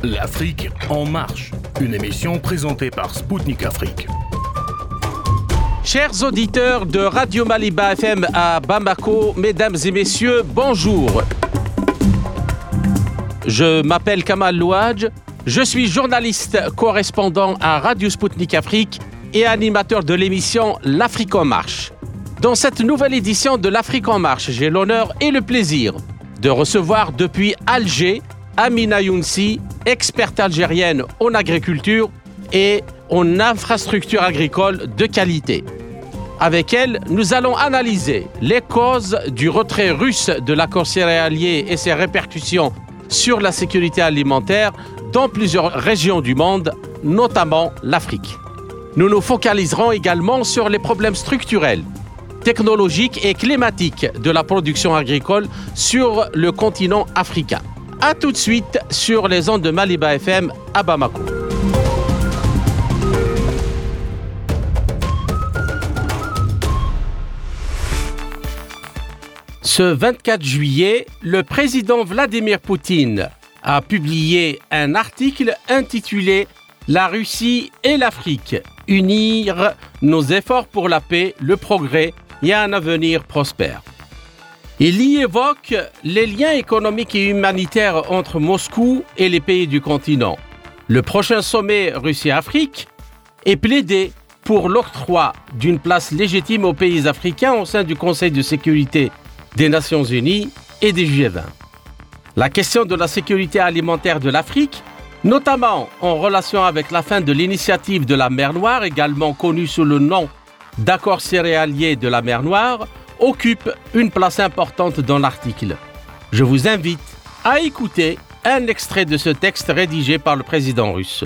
L'Afrique en marche, une émission présentée par Spoutnik Afrique. Chers auditeurs de Radio Maliba FM à Bamako, mesdames et messieurs, bonjour. Je m'appelle Kamal Louadj, je suis journaliste correspondant à Radio Spoutnik Afrique et animateur de l'émission L'Afrique en marche. Dans cette nouvelle édition de L'Afrique en marche, j'ai l'honneur et le plaisir de recevoir depuis Alger Amina Younsi, experte algérienne en agriculture et en infrastructure agricole de qualité. Avec elle, nous allons analyser les causes du retrait russe de l'accord céréalier et ses répercussions sur la sécurité alimentaire dans plusieurs régions du monde, notamment l'Afrique. Nous nous focaliserons également sur les problèmes structurels, technologiques et climatiques de la production agricole sur le continent africain. A tout de suite sur les ondes de Maliba FM à Bamako. Ce 24 juillet, le président Vladimir Poutine a publié un article intitulé « La Russie et l'Afrique, unir nos efforts pour la paix, le progrès et un avenir prospère ». Il y évoque les liens économiques et humanitaires entre Moscou et les pays du continent. Le prochain sommet Russie-Afrique est plaidé pour l'octroi d'une place légitime aux pays africains au sein du Conseil de sécurité des Nations Unies et des G20. La question de la sécurité alimentaire de l'Afrique, notamment en relation avec la fin de l'initiative de la mer Noire, également connue sous le nom d'accord céréalier de la mer Noire, occupe une place importante dans l'article. Je vous invite à écouter un extrait de ce texte rédigé par le président russe.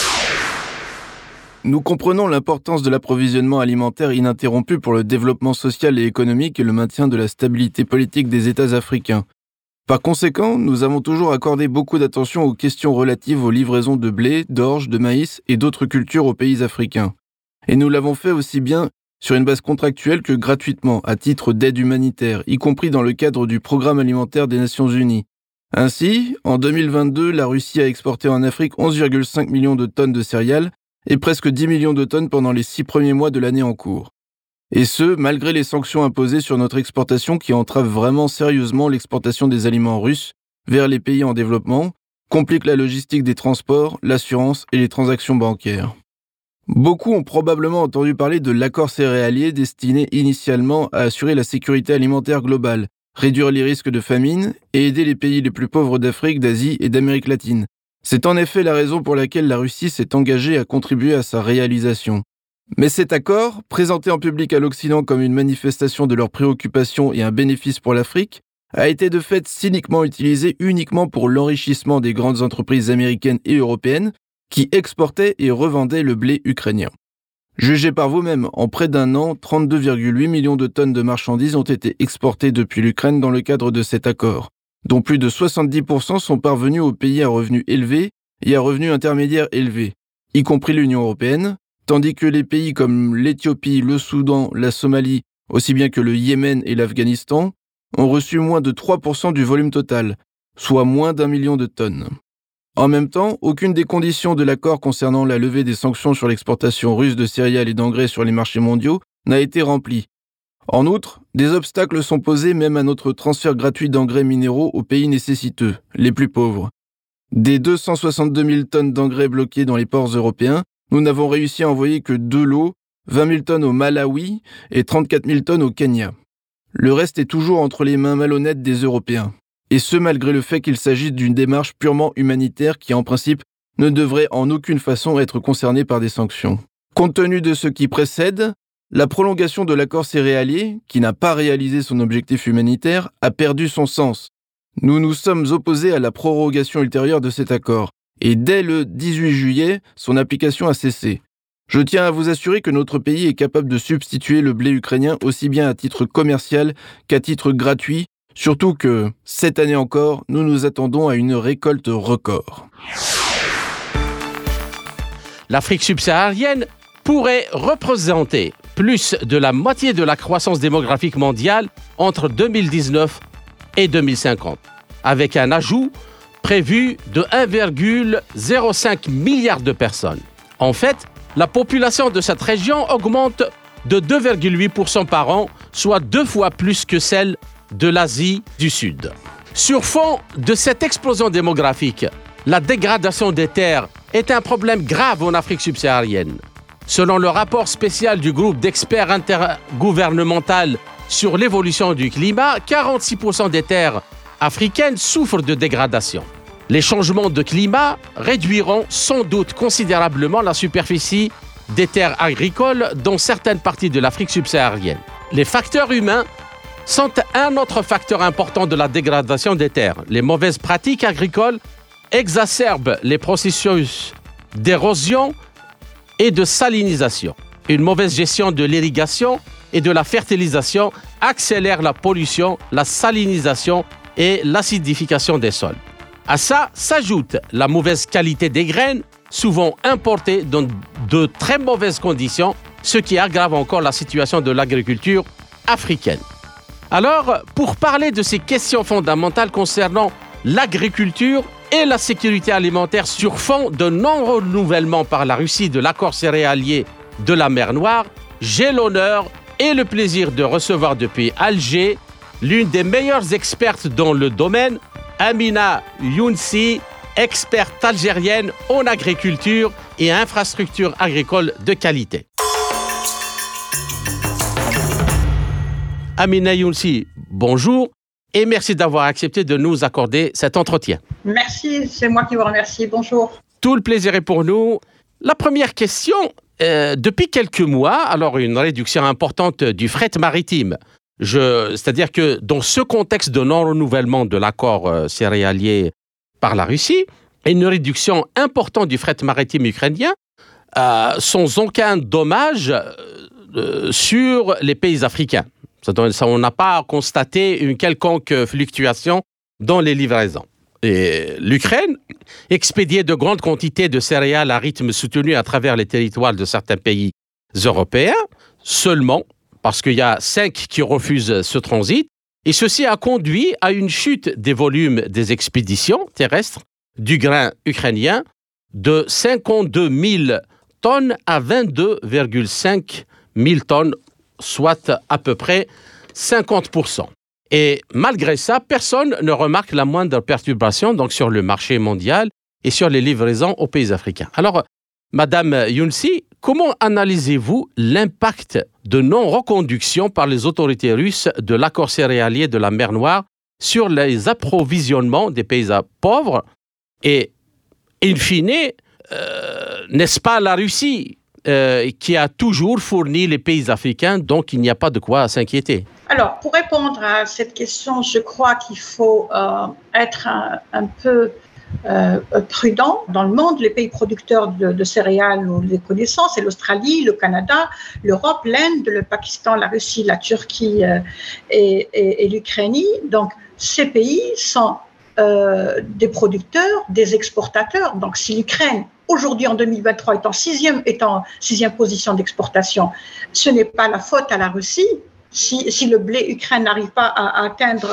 Nous comprenons l'importance de l'approvisionnement alimentaire ininterrompu pour le développement social et économique et le maintien de la stabilité politique des États africains. Par conséquent, nous avons toujours accordé beaucoup d'attention aux questions relatives aux livraisons de blé, d'orge, de maïs et d'autres cultures aux pays africains. Et nous l'avons fait aussi bien sur une base contractuelle que gratuitement, à titre d'aide humanitaire, y compris dans le cadre du Programme alimentaire des Nations Unies. Ainsi, en 2022, la Russie a exporté en Afrique 11,5 millions de tonnes de céréales et presque 10 millions de tonnes pendant les 6 premiers mois de l'année en cours. Et ce, malgré les sanctions imposées sur notre exportation qui entravent vraiment sérieusement l'exportation des aliments russes vers les pays en développement, compliquent la logistique des transports, l'assurance et les transactions bancaires. Beaucoup ont probablement entendu parler de l'accord céréalier destiné initialement à assurer la sécurité alimentaire globale, réduire les risques de famine et aider les pays les plus pauvres d'Afrique, d'Asie et d'Amérique latine. C'est en effet la raison pour laquelle la Russie s'est engagée à contribuer à sa réalisation. Mais cet accord, présenté en public à l'Occident comme une manifestation de leurs préoccupations et un bénéfice pour l'Afrique, a été de fait cyniquement utilisé uniquement pour l'enrichissement des grandes entreprises américaines et européennes qui exportaient et revendaient le blé ukrainien. Jugez par vous-même, en près d'un an, 32,8 millions de tonnes de marchandises ont été exportées depuis l'Ukraine dans le cadre de cet accord, dont plus de 70% sont parvenus aux pays à revenus élevés et à revenus intermédiaires élevés, y compris l'Union européenne, tandis que les pays comme l'Éthiopie, le Soudan, la Somalie, aussi bien que le Yémen et l'Afghanistan, ont reçu moins de 3% du volume total, soit moins d'1 million de tonnes. En même temps, aucune des conditions de l'accord concernant la levée des sanctions sur l'exportation russe de céréales et d'engrais sur les marchés mondiaux n'a été remplie. En outre, des obstacles sont posés même à notre transfert gratuit d'engrais minéraux aux pays nécessiteux, les plus pauvres. Des 262 000 tonnes d'engrais bloqués dans les ports européens, nous n'avons réussi à envoyer que 2 lots, 20 000 tonnes au Malawi et 34 000 tonnes au Kenya. Le reste est toujours entre les mains malhonnêtes des Européens. Et ce malgré le fait qu'il s'agisse d'une démarche purement humanitaire qui, en principe, ne devrait en aucune façon être concernée par des sanctions. Compte tenu de ce qui précède, la prolongation de l'accord céréalier, qui n'a pas réalisé son objectif humanitaire, a perdu son sens. Nous nous sommes opposés à la prorogation ultérieure de cet accord, et dès le 18 juillet, son application a cessé. Je tiens à vous assurer que notre pays est capable de substituer le blé ukrainien aussi bien à titre commercial qu'à titre gratuit, surtout que, cette année encore, nous nous attendons à une récolte record. L'Afrique subsaharienne pourrait représenter plus de la moitié de la croissance démographique mondiale entre 2019 et 2050, avec un ajout prévu de 1,05 milliard de personnes. En fait, la population de cette région augmente de 2,8% par an, soit 2 fois plus que celle de l'Asie du Sud. Sur fond de cette explosion démographique, la dégradation des terres est un problème grave en Afrique subsaharienne. Selon le rapport spécial du groupe d'experts intergouvernemental sur l'évolution du climat, 46% des terres africaines souffrent de dégradation. Les changements de climat réduiront sans doute considérablement la superficie des terres agricoles dans certaines parties de l'Afrique subsaharienne. Les facteurs humains sont un autre facteur important de la dégradation des terres. Les mauvaises pratiques agricoles exacerbent les processus d'érosion et de salinisation. Une mauvaise gestion de l'irrigation et de la fertilisation accélère la pollution, la salinisation et l'acidification des sols. À ça s'ajoute la mauvaise qualité des graines, souvent importées dans de très mauvaises conditions, ce qui aggrave encore la situation de l'agriculture africaine. Alors, pour parler de ces questions fondamentales concernant l'agriculture et la sécurité alimentaire sur fond de non-renouvellement par la Russie de l'accord céréalier de la mer Noire, j'ai l'honneur et le plaisir de recevoir depuis Alger l'une des meilleures expertes dans le domaine, Amina Younsi, experte algérienne en agriculture et infrastructures agricoles de qualité. Amina Younsi, bonjour et merci d'avoir accepté de nous accorder cet entretien. Merci, c'est moi qui vous remercie. Bonjour. Tout le plaisir est pour nous. La première question, depuis quelques mois, alors une réduction importante du fret maritime. C'est-à-dire que dans ce contexte de non-renouvellement de l'accord céréalier par la Russie, une réduction importante du fret maritime ukrainien, sans aucun dommage sur les pays africains. On n'a pas constaté une quelconque fluctuation dans les livraisons. Et l'Ukraine expédiait de grandes quantités de céréales à rythme soutenu à travers les territoires de certains pays européens, seulement parce qu'il y a 5 qui refusent ce transit. Et ceci a conduit à une chute des volumes des expéditions terrestres du grain ukrainien de 52 000 tonnes à 22,5 000 tonnes, soit à peu près 50%. Et malgré ça, personne ne remarque la moindre perturbation donc, sur le marché mondial et sur les livraisons aux pays africains. Alors, Madame Younsi, comment analysez-vous l'impact de non-reconduction par les autorités russes de l'accord céréalier de la mer Noire sur les approvisionnements des pays pauvres et, in fine, n'est-ce pas la Russie qui a toujours fourni les pays africains, donc il n'y a pas de quoi s'inquiéter. Alors, pour répondre à cette question, je crois qu'il faut être un peu prudent. Dans le monde, les pays producteurs de céréales, nous les connaissons, c'est l'Australie, le Canada, l'Europe, l'Inde, le Pakistan, la Russie, la Turquie et l'Ukraine. Donc, ces pays sont des producteurs, des exportateurs. Donc, si l'Ukraine, aujourd'hui en 2023, est en sixième position d'exportation, ce n'est pas la faute à la Russie. Si le blé ukrainien n'arrive pas à atteindre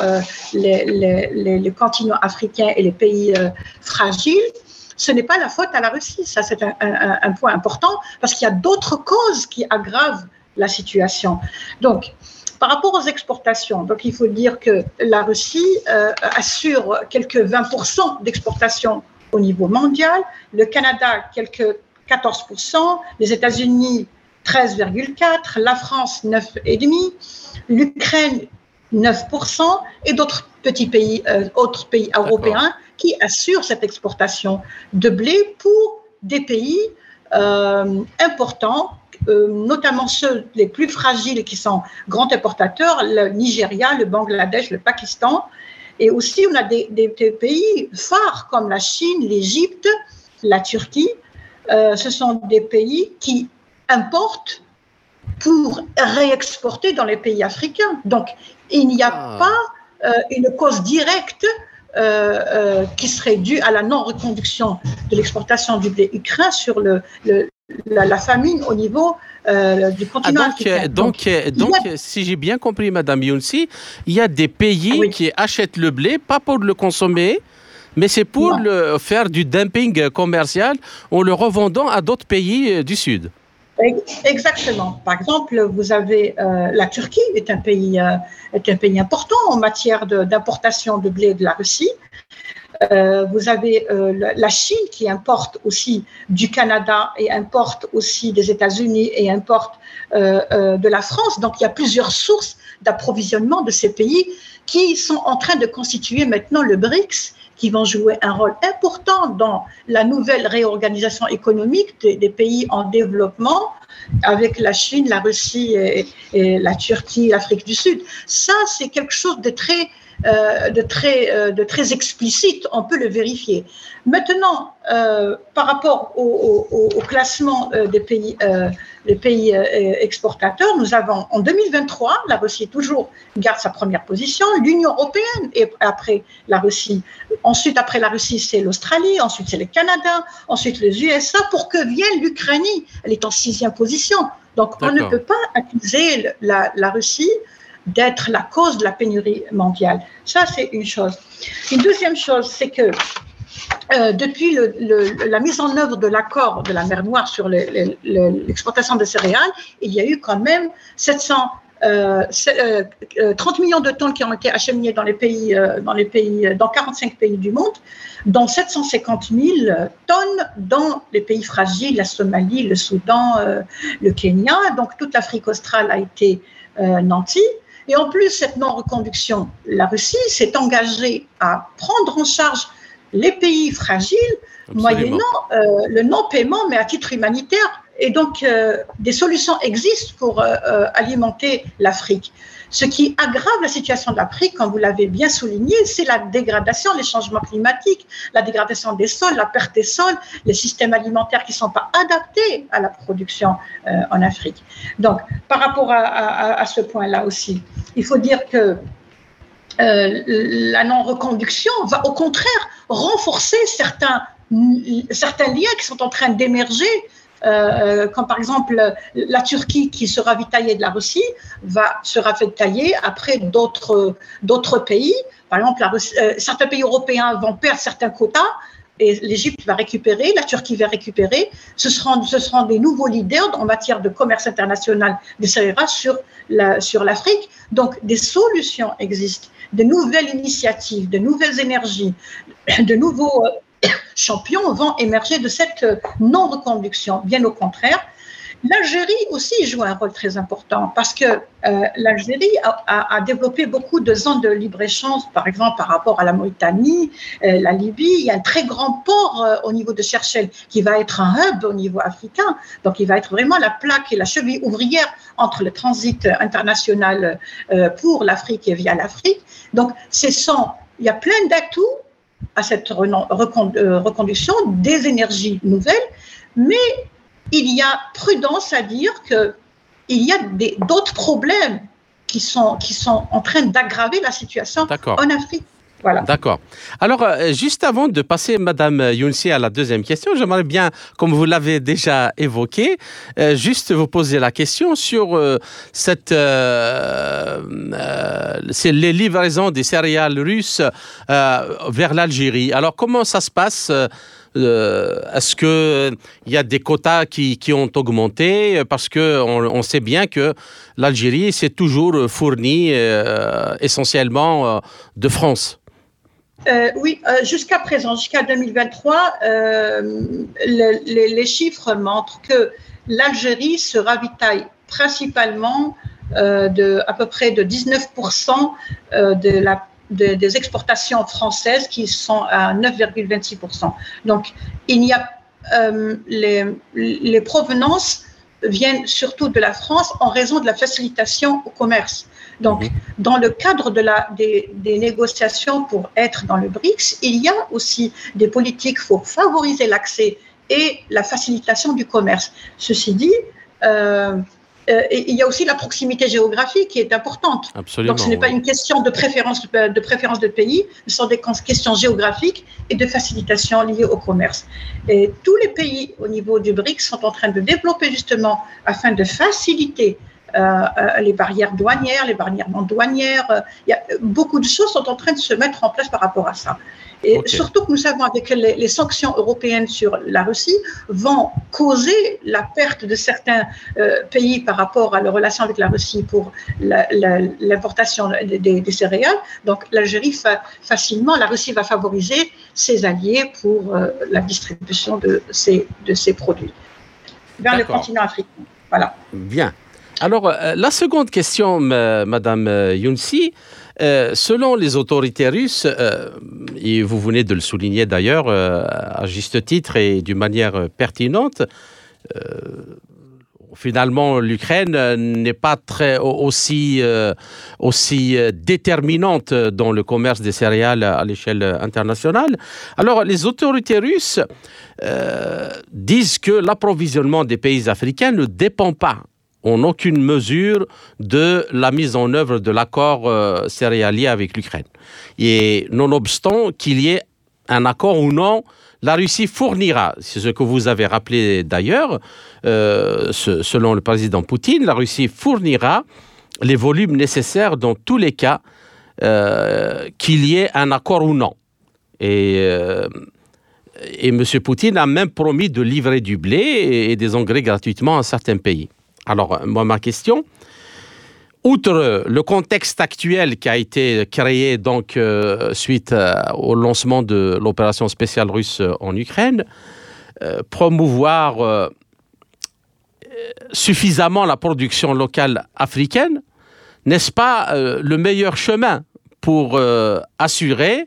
les continents africains et les pays fragiles, ce n'est pas la faute à la Russie. Ça, c'est un point important parce qu'il y a d'autres causes qui aggravent la situation. Donc, par rapport aux exportations, donc il faut dire que la Russie assure quelques 20% d'exportation au niveau mondial, le Canada quelques 14%, les États-Unis 13,4%, la France 9,5%, l'Ukraine 9% et d'autres petits pays, autres pays européens qui assurent cette exportation de blé pour des pays importants, notamment ceux les plus fragiles qui sont grands importateurs, le Nigeria, le Bangladesh, le Pakistan. Et aussi, on a des pays phares comme la Chine, l'Égypte, la Turquie. Ce sont des pays qui importent pour réexporter dans les pays africains. Donc, il n'y a pas une cause directe qui serait due à la non-reconduction de l'exportation du blé ukrainien sur la famine au niveau du continent africain. Donc, si j'ai bien compris, Madame Younsi, il y a des pays qui achètent le blé, pas pour le consommer, Mais c'est pour Non. faire du dumping commercial en le revendant à d'autres pays du Sud. Exactement. Par exemple, vous avez la Turquie est un pays important en matière d'importation de blé de la Russie. Vous avez la Chine qui importe aussi du Canada et importe aussi des États-Unis et importe de la France. Donc, il y a plusieurs sources d'approvisionnement de ces pays qui sont en train de constituer maintenant le BRICS, qui vont jouer un rôle important dans la nouvelle réorganisation économique des pays en développement avec la Chine, la Russie et la Turquie, l'Afrique du Sud. Ça, c'est quelque chose de très explicite, on peut le vérifier. Maintenant, par rapport au classement des pays exportateurs, nous avons en 2023, la Russie toujours garde sa première position, l'Union européenne est après la Russie. Ensuite, après la Russie, c'est l'Australie, ensuite c'est le Canada, ensuite les USA, pour que vienne l'Ukraine. Elle est en 6e position. Donc, on ne peut pas accuser la Russie d'être la cause de la pénurie mondiale. Ça, c'est une chose. Une deuxième chose, c'est que depuis la mise en œuvre de l'accord de la mer Noire sur l'exportation de céréales, il y a eu quand même 30 millions de tonnes qui ont été acheminées dans 45 pays du monde, dont 750 000 tonnes dans les pays fragiles, la Somalie, le Soudan, le Kenya. Donc, toute l'Afrique australe a été nantie. Et en plus, cette non-reconduction, la Russie s'est engagée à prendre en charge les pays fragiles, moyennant le non-paiement, mais à titre humanitaire. Et donc, des solutions existent pour alimenter l'Afrique. Ce qui aggrave la situation de l'Afrique, comme vous l'avez bien souligné, c'est la dégradation, les changements climatiques, la dégradation des sols, la perte des sols, les systèmes alimentaires qui ne sont pas adaptés à la production en Afrique. Donc, par rapport à ce point-là aussi, il faut dire que la non-reconduction va au contraire renforcer certains liens qui sont en train d'émerger, comme par exemple la Turquie qui se ravitaillait de la Russie va se ravitailler après d'autres pays. Par exemple, certains pays européens vont perdre certains quotas et l'Égypte va récupérer, la Turquie va récupérer. Ce seront des nouveaux leaders en matière de commerce international des céréales sur l'Afrique. Donc, des solutions existent, de nouvelles initiatives, de nouvelles énergies, de nouveaux champions vont émerger de cette non-reconduction. Bien au contraire, l'Algérie aussi joue un rôle très important parce que l'Algérie a développé beaucoup de zones de libre-échange, par exemple par rapport à la Mauritanie, la Libye. Il y a un très grand port au niveau de Cherchell qui va être un hub au niveau africain. Donc, il va être vraiment la plaque et la cheville ouvrière entre le transit international pour l'Afrique et via l'Afrique. Donc, il y a plein d'atouts à cette reconduction des énergies nouvelles, mais il y a prudence à dire qu'il y a d'autres problèmes qui sont en train d'aggraver la situation en Afrique. Voilà. D'accord. Alors, juste avant de passer, Madame Younsi, à la deuxième question, j'aimerais bien, comme vous l'avez déjà évoqué, juste vous poser la question sur les livraisons des céréales russes vers l'Algérie. Alors, comment ça se passe ? Est-ce qu'il y a des quotas qui ont augmenté? Parce qu'on sait bien que l'Algérie s'est toujours fournie essentiellement de France. Oui, jusqu'à présent, jusqu'à 2023, les chiffres montrent que l'Algérie se ravitaille principalement à peu près de 19% des exportations françaises qui sont à 9,26%. Donc, les provenances viennent surtout de la France en raison de la facilitation au commerce. Donc, dans le cadre des négociations pour être dans le BRICS, il y a aussi des politiques pour favoriser l'accès et la facilitation du commerce. Ceci dit, il y a aussi la proximité géographique qui est importante. Absolument, donc, ce n'est pas une question de préférence de pays, ce sont des questions géographiques et de facilitation liées au commerce. Et tous les pays au niveau du BRICS sont en train de développer justement afin de faciliter les barrières douanières, les barrières non douanières. Beaucoup de choses sont en train de se mettre en place par rapport à ça. Et surtout que nous savons avec les sanctions européennes sur la Russie vont causer la perte de certains pays par rapport à leurs relations avec la Russie pour l'importation des céréales. Donc l'Algérie facilement, la Russie va favoriser ses alliés pour la distribution de ces produits vers le continent africain. Voilà. Bien. Alors, la seconde question, Madame Younsi, selon les autorités russes, et vous venez de le souligner d'ailleurs, à juste titre et d'une manière pertinente, finalement, l'Ukraine n'est pas aussi déterminante dans le commerce des céréales à l'échelle internationale. Alors, les autorités russes disent que l'approvisionnement des pays africains ne dépend pas en aucune mesure de la mise en œuvre de l'accord céréalier avec l'Ukraine. Et nonobstant qu'il y ait un accord ou non, la Russie fournira, c'est ce que vous avez rappelé d'ailleurs, selon le président Poutine, la Russie fournira les volumes nécessaires dans tous les cas, qu'il y ait un accord ou non. Et M. Poutine a même promis de livrer du blé et des engrais gratuitement à certains pays. Alors, moi, ma question, outre le contexte actuel qui a été créé donc, suite au lancement de l'opération spéciale russe en Ukraine, promouvoir suffisamment la production locale africaine, n'est-ce pas le meilleur chemin pour assurer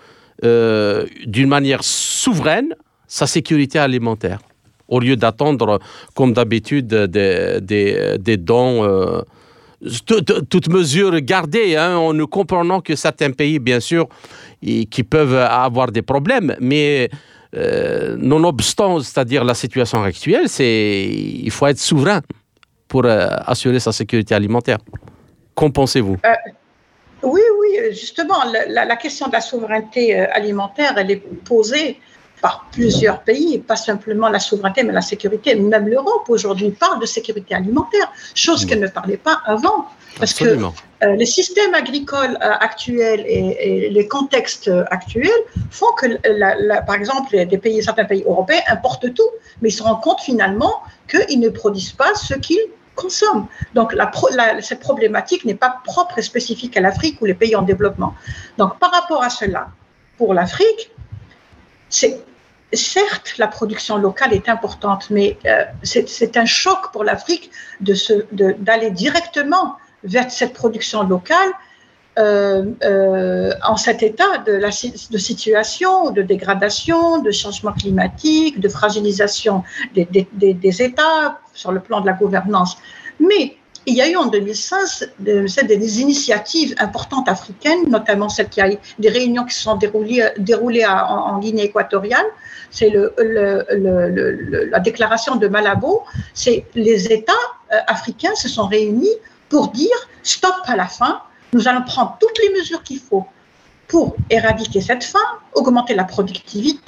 d'une manière souveraine sa sécurité alimentaire, au lieu d'attendre, comme d'habitude, des dons, toutes mesures gardées, en ne comprenant que certains pays, bien sûr, qui peuvent avoir des problèmes, mais nonobstant, c'est-à-dire la situation actuelle, il faut être souverain pour assurer sa sécurité alimentaire. Qu'en pensez-vous ? Oui, justement, la question de la souveraineté alimentaire, elle est posée par plusieurs pays, pas simplement la souveraineté, mais la sécurité. Même l'Europe, aujourd'hui, parle de sécurité alimentaire, chose qu'elle ne parlait pas avant. Parce Absolument. Que les systèmes agricoles actuels et les contextes actuels font que, par exemple, certains pays européens importent tout, mais ils se rendent compte finalement qu'ils ne produisent pas ce qu'ils consomment. Donc, cette problématique n'est pas propre et spécifique à l'Afrique ou les pays en développement. Donc, par rapport à cela, pour l'Afrique, certes, la production locale est importante, mais c'est un choc pour l'Afrique d'aller directement vers cette production locale en cet état de situation, de dégradation, de changement climatique, de fragilisation des États sur le plan de la gouvernance. Mais il y a eu en 2016 des initiatives importantes africaines, notamment des réunions qui se sont déroulées en Guinée équatoriale. C'est la déclaration de Malabo. C'est les États africains se sont réunis pour dire stop à la faim. Nous allons prendre toutes les mesures qu'il faut pour éradiquer cette faim, augmenter la productivité,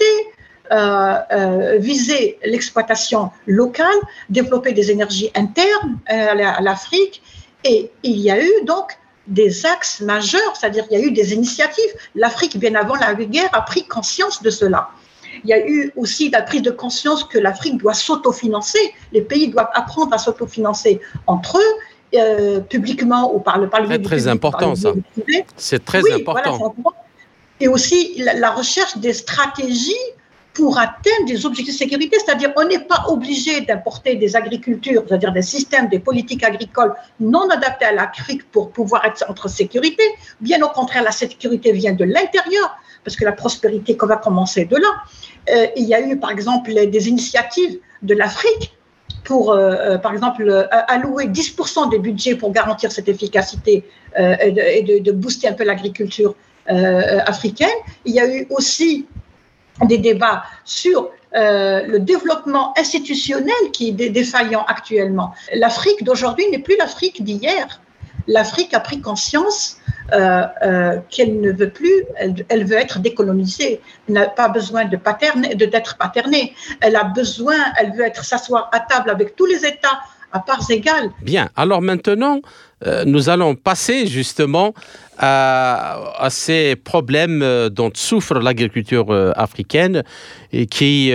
viser l'exploitation locale, développer des énergies internes à l'Afrique. Et il y a eu donc des axes majeurs, c'est-à-dire il y a eu des initiatives. L'Afrique, bien avant la guerre, a pris conscience de cela. Il y a eu aussi la prise de conscience que l'Afrique doit s'autofinancer. Les pays doivent apprendre à s'autofinancer entre eux, publiquement ou par le public. C'est très important, ça. C'est très important. Voilà, et aussi la recherche des stratégies pour atteindre des objectifs de sécurité, c'est-à-dire on n'est pas obligé d'importer des agricultures, c'est-à-dire des systèmes, des politiques agricoles non adaptés à l'Afrique pour pouvoir être entre sécurité. Bien au contraire, la sécurité vient de l'intérieur, parce que la prospérité va commencer de là. Il y a eu, par exemple, des initiatives de l'Afrique pour, par exemple, allouer 10% des budgets pour garantir cette efficacité et de booster un peu l'agriculture africaine. Il y a eu aussi des débats sur le développement institutionnel qui est défaillant actuellement. L'Afrique d'aujourd'hui n'est plus l'Afrique d'hier. L'Afrique a pris conscience qu'elle ne veut plus, elle veut être décolonisée. Elle n'a pas besoin d'être paternée. Elle veut s'asseoir à table avec tous les États à parts égales. Bien, alors maintenant, nous allons passer justement à ces problèmes dont souffre l'agriculture africaine et qui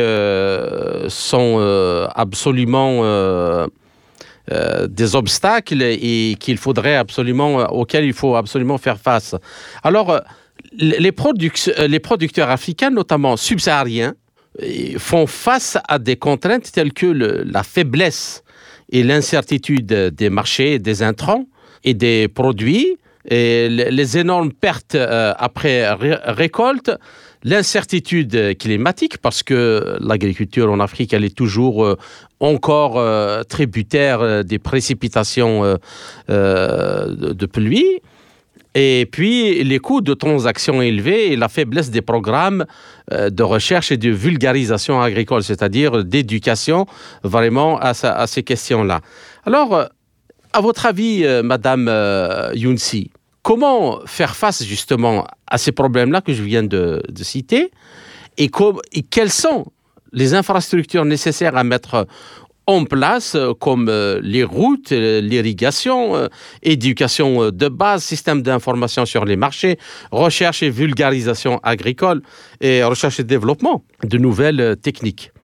sont absolument des obstacles et auxquels il faut absolument faire face. Alors, les producteurs africains, notamment subsahariens, font face à des contraintes telles que la faiblesse et l'incertitude des marchés, des intrants et des produits, et les énormes pertes après récolte, l'incertitude climatique, parce que l'agriculture en Afrique, elle est toujours encore tributaire des précipitations de pluie. Et puis, les coûts de transactions élevés et la faiblesse des programmes de recherche et de vulgarisation agricole, c'est-à-dire d'éducation vraiment à ces questions-là. Alors, à votre avis, Madame Younsi, comment faire face justement à ces problèmes-là que je viens de citer et quelles sont les infrastructures nécessaires à mettre en place, comme les routes, l'irrigation, éducation de base, système d'information sur les marchés, recherche et vulgarisation agricole et recherche et développement de nouvelles techniques?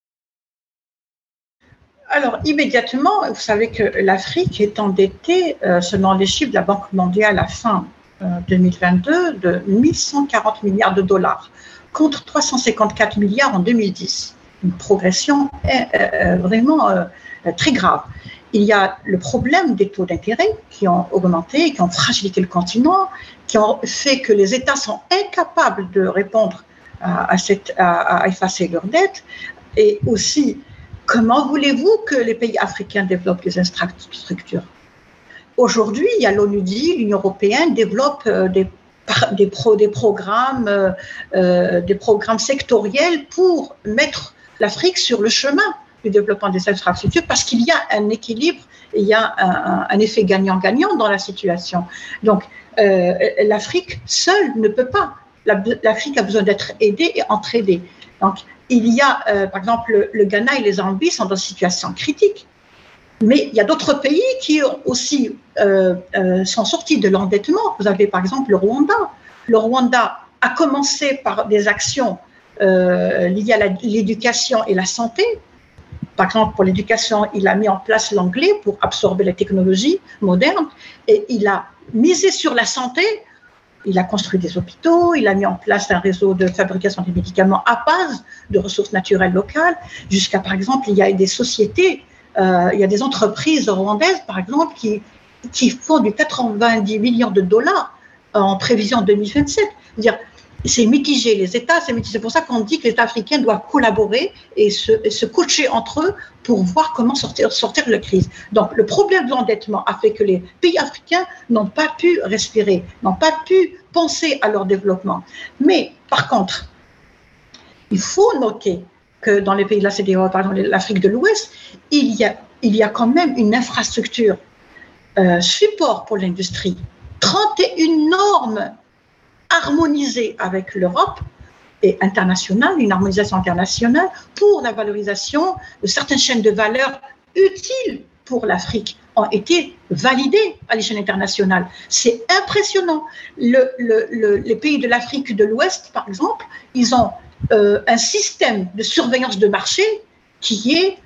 Alors, immédiatement, vous savez que l'Afrique est endettée, selon les chiffres de la Banque mondiale à fin 2022, de 1140 milliards de dollars, contre 354 milliards en 2010. Une progression vraiment très grave. Il y a le problème des taux d'intérêt qui ont augmenté, qui ont fragilisé le continent, qui ont fait que les États sont incapables de répondre à effacer leurs dettes. Et aussi, comment voulez-vous que les pays africains développent des infrastructures? Aujourd'hui, il y a l'ONUDI, l'Union européenne développe des programmes sectoriels pour mettre l'Afrique sur le chemin du développement des infrastructures, parce qu'il y a un équilibre, il y a un effet gagnant-gagnant dans la situation. Donc, l'Afrique seule ne peut pas. L'Afrique a besoin d'être aidée et entraidée. Donc, il y a, par exemple, le Ghana et les Zambies sont dans une situation critique. Mais il y a d'autres pays qui aussi sont sortis de l'endettement. Vous avez, par exemple, le Rwanda. Le Rwanda a commencé par des actions liées à l'éducation et la santé. Par exemple, pour l'éducation, il a mis en place l'anglais pour absorber les technologies modernes et il a misé sur la santé. Il a construit des hôpitaux, il a mis en place un réseau de fabrication des médicaments à base de ressources naturelles locales. Jusqu'à, par exemple, il y a des sociétés, il y a des entreprises rwandaises, par exemple, qui font du 90 millions de dollars en prévision 2027. C'est-à-dire, c'est mitigé, les États, c'est mitigé. C'est pour ça qu'on dit que les États africains doivent collaborer et se coacher entre eux pour voir comment sortir de la crise. Donc, le problème de l'endettement a fait que les pays africains n'ont pas pu respirer, n'ont pas pu penser à leur développement. Mais, par contre, il faut noter que dans les pays de la CEDEAO, par exemple l'Afrique de l'Ouest, il y a quand même une infrastructure support pour l'industrie, 31 normes harmonisée avec l'Europe et internationale, une harmonisation internationale pour la valorisation de certaines chaînes de valeur utiles pour l'Afrique ont été validées à l'échelle internationale. C'est impressionnant. Les pays de l'Afrique de l'Ouest, par exemple, ils ont un système de surveillance de marché qui est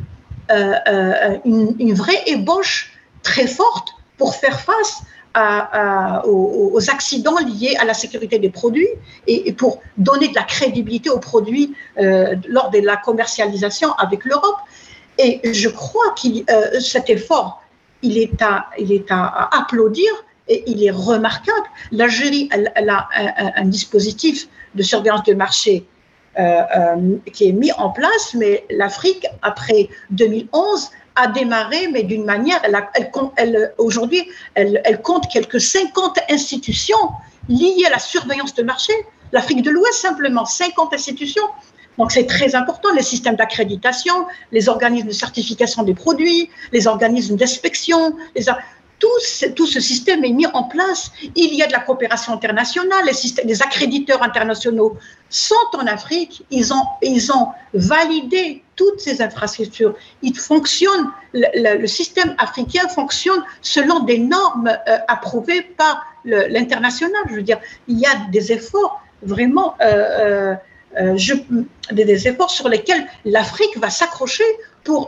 une vraie ébauche très forte pour faire face aux accidents liés à la sécurité des produits et pour donner de la crédibilité aux produits lors de la commercialisation avec l'Europe. Et je crois que cet effort, il est à applaudir et il est remarquable. L'Algérie, elle a un dispositif de surveillance de marché qui est mis en place, mais l'Afrique, après 2011, a démarré, mais d'une manière, aujourd'hui, elle compte quelques 50 institutions liées à la surveillance de marché. L'Afrique de l'Ouest, simplement, 50 institutions. Donc, c'est très important, les systèmes d'accréditation, les organismes de certification des produits, les organismes d'inspection, tout ce système est mis en place. Il y a de la coopération internationale, les accréditeurs internationaux sont en Afrique, ils ont validé toutes ces infrastructures. Ils fonctionnent, le système africain fonctionne selon des normes approuvées par l'international. Je veux dire, il y a des efforts vraiment, des efforts sur lesquels l'Afrique va s'accrocher pour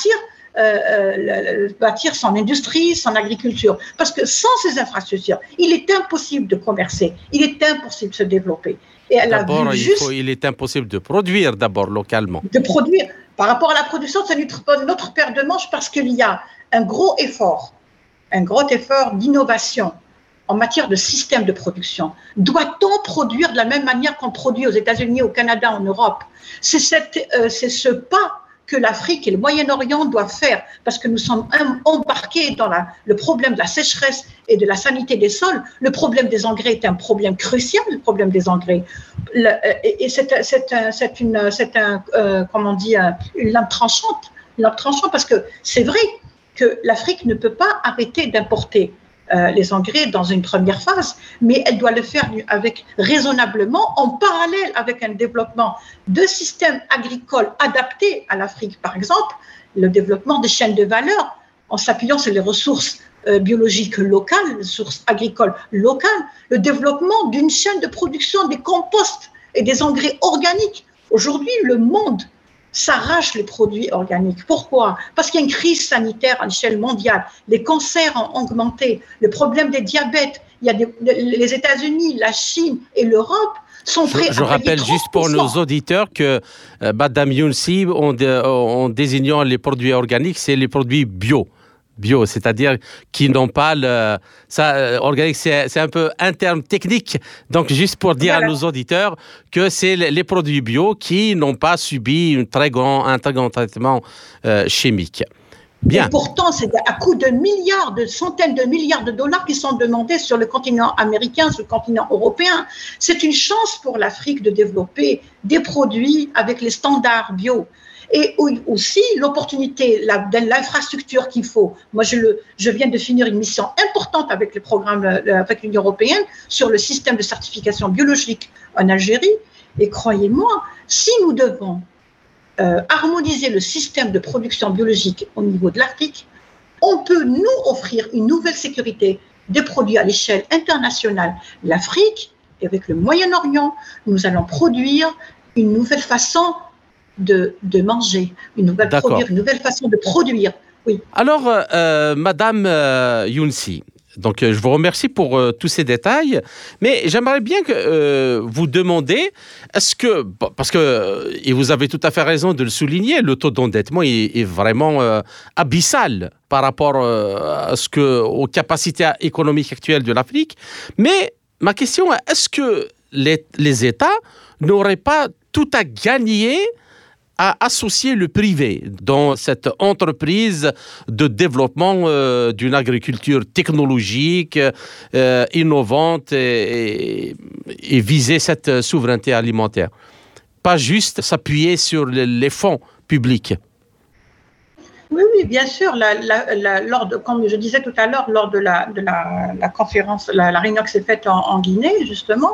bâtir son industrie, son agriculture. Parce que sans ces infrastructures, il est impossible de commercer, il est impossible de se développer. Et d'abord, il est impossible de produire d'abord localement. De produire. Par rapport à la production, c'est notre paire de manches parce qu'il y a un gros effort d'innovation en matière de système de production. Doit-on produire de la même manière qu'on produit aux États-Unis, au Canada, en Europe? C'est ce pas que l'Afrique et le Moyen-Orient doivent faire, parce que nous sommes embarqués dans le problème de la sécheresse et de la sanité des sols. Le problème des engrais est un problème crucial, le problème des engrais. Et c'est une lampe tranchante, parce que c'est vrai que l'Afrique ne peut pas arrêter d'importer les engrais dans une première phase, mais elle doit le faire raisonnablement, en parallèle avec un développement de systèmes agricoles adaptés à l'Afrique. Par exemple, le développement des chaînes de valeur en s'appuyant sur les ressources biologiques locales, les ressources agricoles locales, le développement d'une chaîne de production des composts et des engrais organiques. Aujourd'hui, le monde s'arrache les produits organiques. Pourquoi? Parce qu'il y a une crise sanitaire à l'échelle mondiale. Les cancers ont augmenté, le problème des diabètes. Il y a les États-Unis, la Chine et l'Europe sont prêts à payer 30%. Je rappelle juste pour nos auditeurs que Madame Younsi, en désignant les produits organiques, c'est les produits bio, c'est-à-dire qui n'ont pas organique, c'est un peu un terme technique. Donc, juste pour dire à nos auditeurs que c'est les produits bio qui n'ont pas subi un très grand traitement chimique. Bien. Et pourtant, c'est à coût de centaines de milliards de dollars qui sont demandés sur le continent américain, sur le continent européen. C'est une chance pour l'Afrique de développer des produits avec les standards bio. Et aussi l'opportunité de l'infrastructure qu'il faut. Moi, je viens de finir une mission importante avec le programme avec l'Union européenne sur le système de certification biologique en Algérie. Et croyez-moi, si nous devons harmoniser le système de production biologique au niveau de l'Afrique, on peut nous offrir une nouvelle sécurité des produits à l'échelle internationale. L'Afrique, et avec le Moyen-Orient, nous allons produire une nouvelle façon de manger, une nouvelle façon de produire. Oui. Alors, Madame Younsi, donc je vous remercie pour tous ces détails, mais j'aimerais bien que vous demander, parce que, et vous avez tout à fait raison de le souligner, le taux d'endettement est vraiment abyssal par rapport aux capacités économiques actuelles de l'Afrique, mais ma question est, est-ce que les États n'auraient pas tout à gagner à associer le privé dans cette entreprise de développement d'une agriculture technologique, innovante et viser cette souveraineté alimentaire? Pas juste s'appuyer sur les fonds publics. Oui, bien sûr. Comme je disais tout à l'heure, lors de la conférence, la réunion qui s'est faite en Guinée, justement,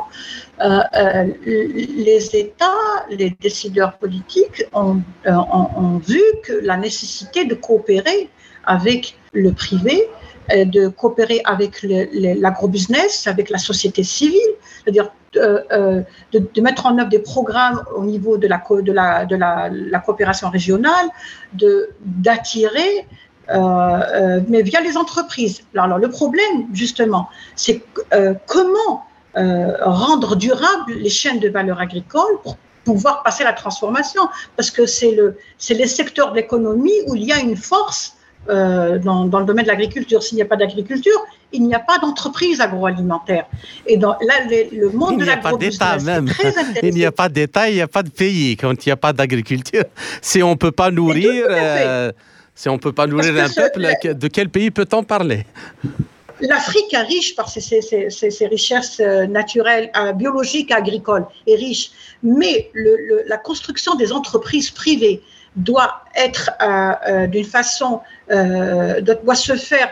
les États, les décideurs politiques ont vu que la nécessité de coopérer avec le privé, de coopérer avec l'agrobusiness, avec la société civile, c'est-à-dire de mettre en œuvre des programmes au niveau de la coopération régionale, d'attirer, mais via les entreprises. Alors le problème, justement, c'est comment rendre durables les chaînes de valeur agricole pour pouvoir passer à la transformation, parce que c'est les secteurs de l'économie où il y a une force dans le domaine de l'agriculture. S'il n'y a pas d'agriculture, il n'y a pas d'entreprise agroalimentaire. Et le monde de l'agrobusiness est très intéressant. Il n'y a pas d'État, il n'y a pas de pays quand il n'y a pas d'agriculture. Si on ne peut pas nourrir, un peuple, de quel pays peut-on parler? L'Afrique est riche par ses richesses naturelles, biologiques, agricoles, est riche. Mais la construction des entreprises privées doit être doit se faire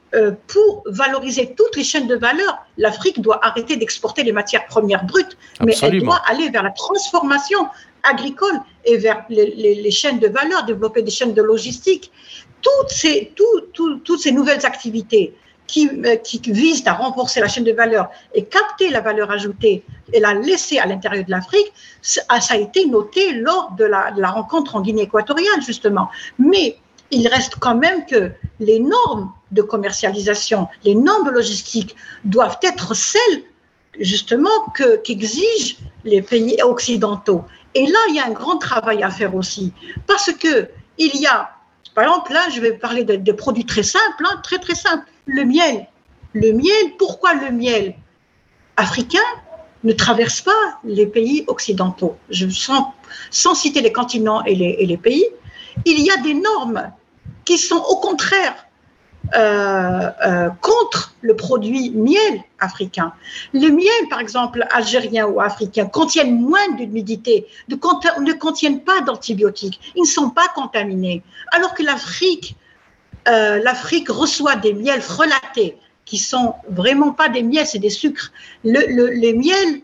pour valoriser toutes les chaînes de valeur, l'Afrique doit arrêter d'exporter les matières premières brutes, mais elle doit aller vers la transformation agricole et vers les chaînes de valeur, développer des chaînes de logistique. Toutes ces nouvelles activités qui visent à renforcer la chaîne de valeur et capter la valeur ajoutée et la laisser à l'intérieur de l'Afrique, ça a été noté lors de la rencontre en Guinée équatoriale, justement. Mais il reste quand même que les normes de commercialisation, les normes de logistique doivent être celles, justement, qu'exigent les pays occidentaux. Et là, il y a un grand travail à faire aussi, parce que il y a, par exemple, là, je vais parler de produits très simples, très très simples. Le miel. Pourquoi le miel africain ne traverse pas les pays occidentaux? Sans citer les continents et les pays, il y a des normes qui sont au contraire contre le produit miel africain. Le miel, par exemple, algérien ou africain, contiennent moins d'humidité, ne contiennent pas d'antibiotiques, ils ne sont pas contaminés. Alors que l'Afrique reçoit des miels frelatés, qui sont vraiment pas des miels, c'est des sucres. Les miels,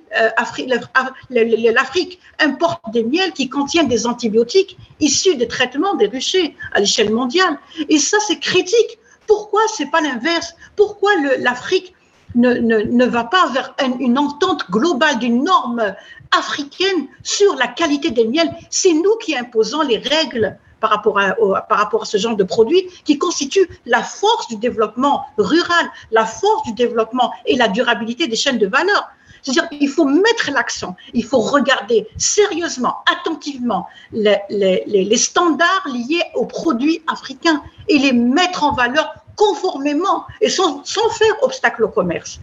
l'Afrique importe des miels qui contiennent des antibiotiques issus des traitements des ruchers à l'échelle mondiale. Et ça, c'est critique. Pourquoi c'est pas l'inverse? Pourquoi l'Afrique ne va pas vers une entente globale d'une norme africaine sur la qualité des miels? C'est nous qui imposons les règles par rapport à ce genre de produits qui constituent la force du développement rural, la force du développement et la durabilité des chaînes de valeur. C'est-à-dire qu'il faut mettre l'accent, il faut regarder sérieusement, attentivement les standards liés aux produits africains et les mettre en valeur conformément et sans faire obstacle au commerce.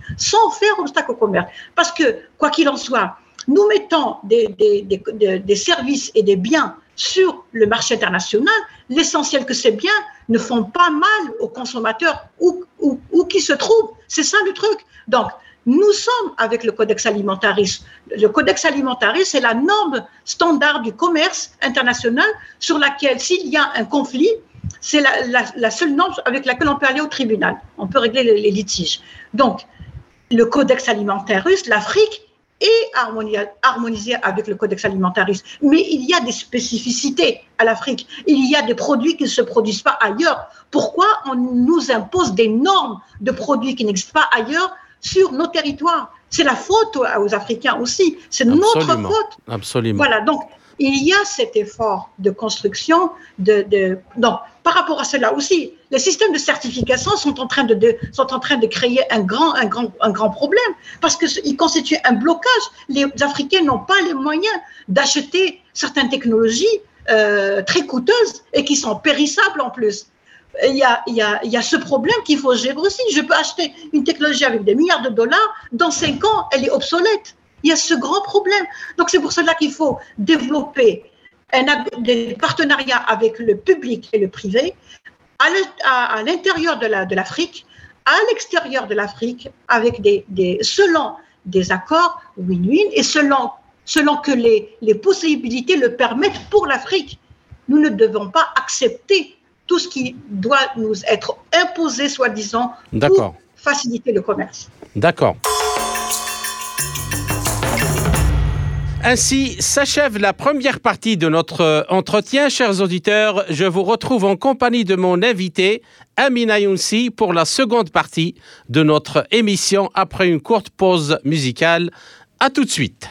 Parce que, quoi qu'il en soit, nous mettons des services et des biens sur le marché international, l'essentiel que ces biens ne font pas mal aux consommateurs où qu'ils se trouvent. C'est ça le truc. Donc, nous sommes avec le Codex Alimentarius. Le Codex Alimentarius, c'est la norme standard du commerce international sur laquelle, s'il y a un conflit, c'est la seule norme avec laquelle on peut aller au tribunal. On peut régler les litiges. Donc, le Codex Alimentarius, l'Afrique est harmonisé avec le Codex Alimentarius. Mais il y a des spécificités à l'Afrique. Il y a des produits qui ne se produisent pas ailleurs. Pourquoi on nous impose des normes de produits qui n'existent pas ailleurs sur nos territoires? C'est la faute aux Africains aussi. C'est notre faute. Absolument. Voilà, donc il y a cet effort de construction. Donc, par rapport à cela aussi, les systèmes de certification sont en train de créer un grand problème parce qu'ils constituent un blocage. Les Africains n'ont pas les moyens d'acheter certaines technologies très coûteuses et qui sont périssables en plus. Il y a ce problème qu'il faut gérer aussi. Je peux acheter une technologie avec des milliards de dollars, dans 5 ans, elle est obsolète. Il y a ce grand problème. Donc, c'est pour cela qu'il faut développer des partenariats avec le public et le privé à l'intérieur de l'Afrique, à l'extérieur de l'Afrique, avec selon des accords win-win et selon que les possibilités le permettent pour l'Afrique. Nous ne devons pas accepter tout ce qui doit nous être imposé, soi-disant, pour faciliter le commerce. D'accord. Ainsi s'achève la première partie de notre entretien. Chers auditeurs, je vous retrouve en compagnie de mon invité, Amina Younsi, pour la seconde partie de notre émission après une courte pause musicale. À tout de suite.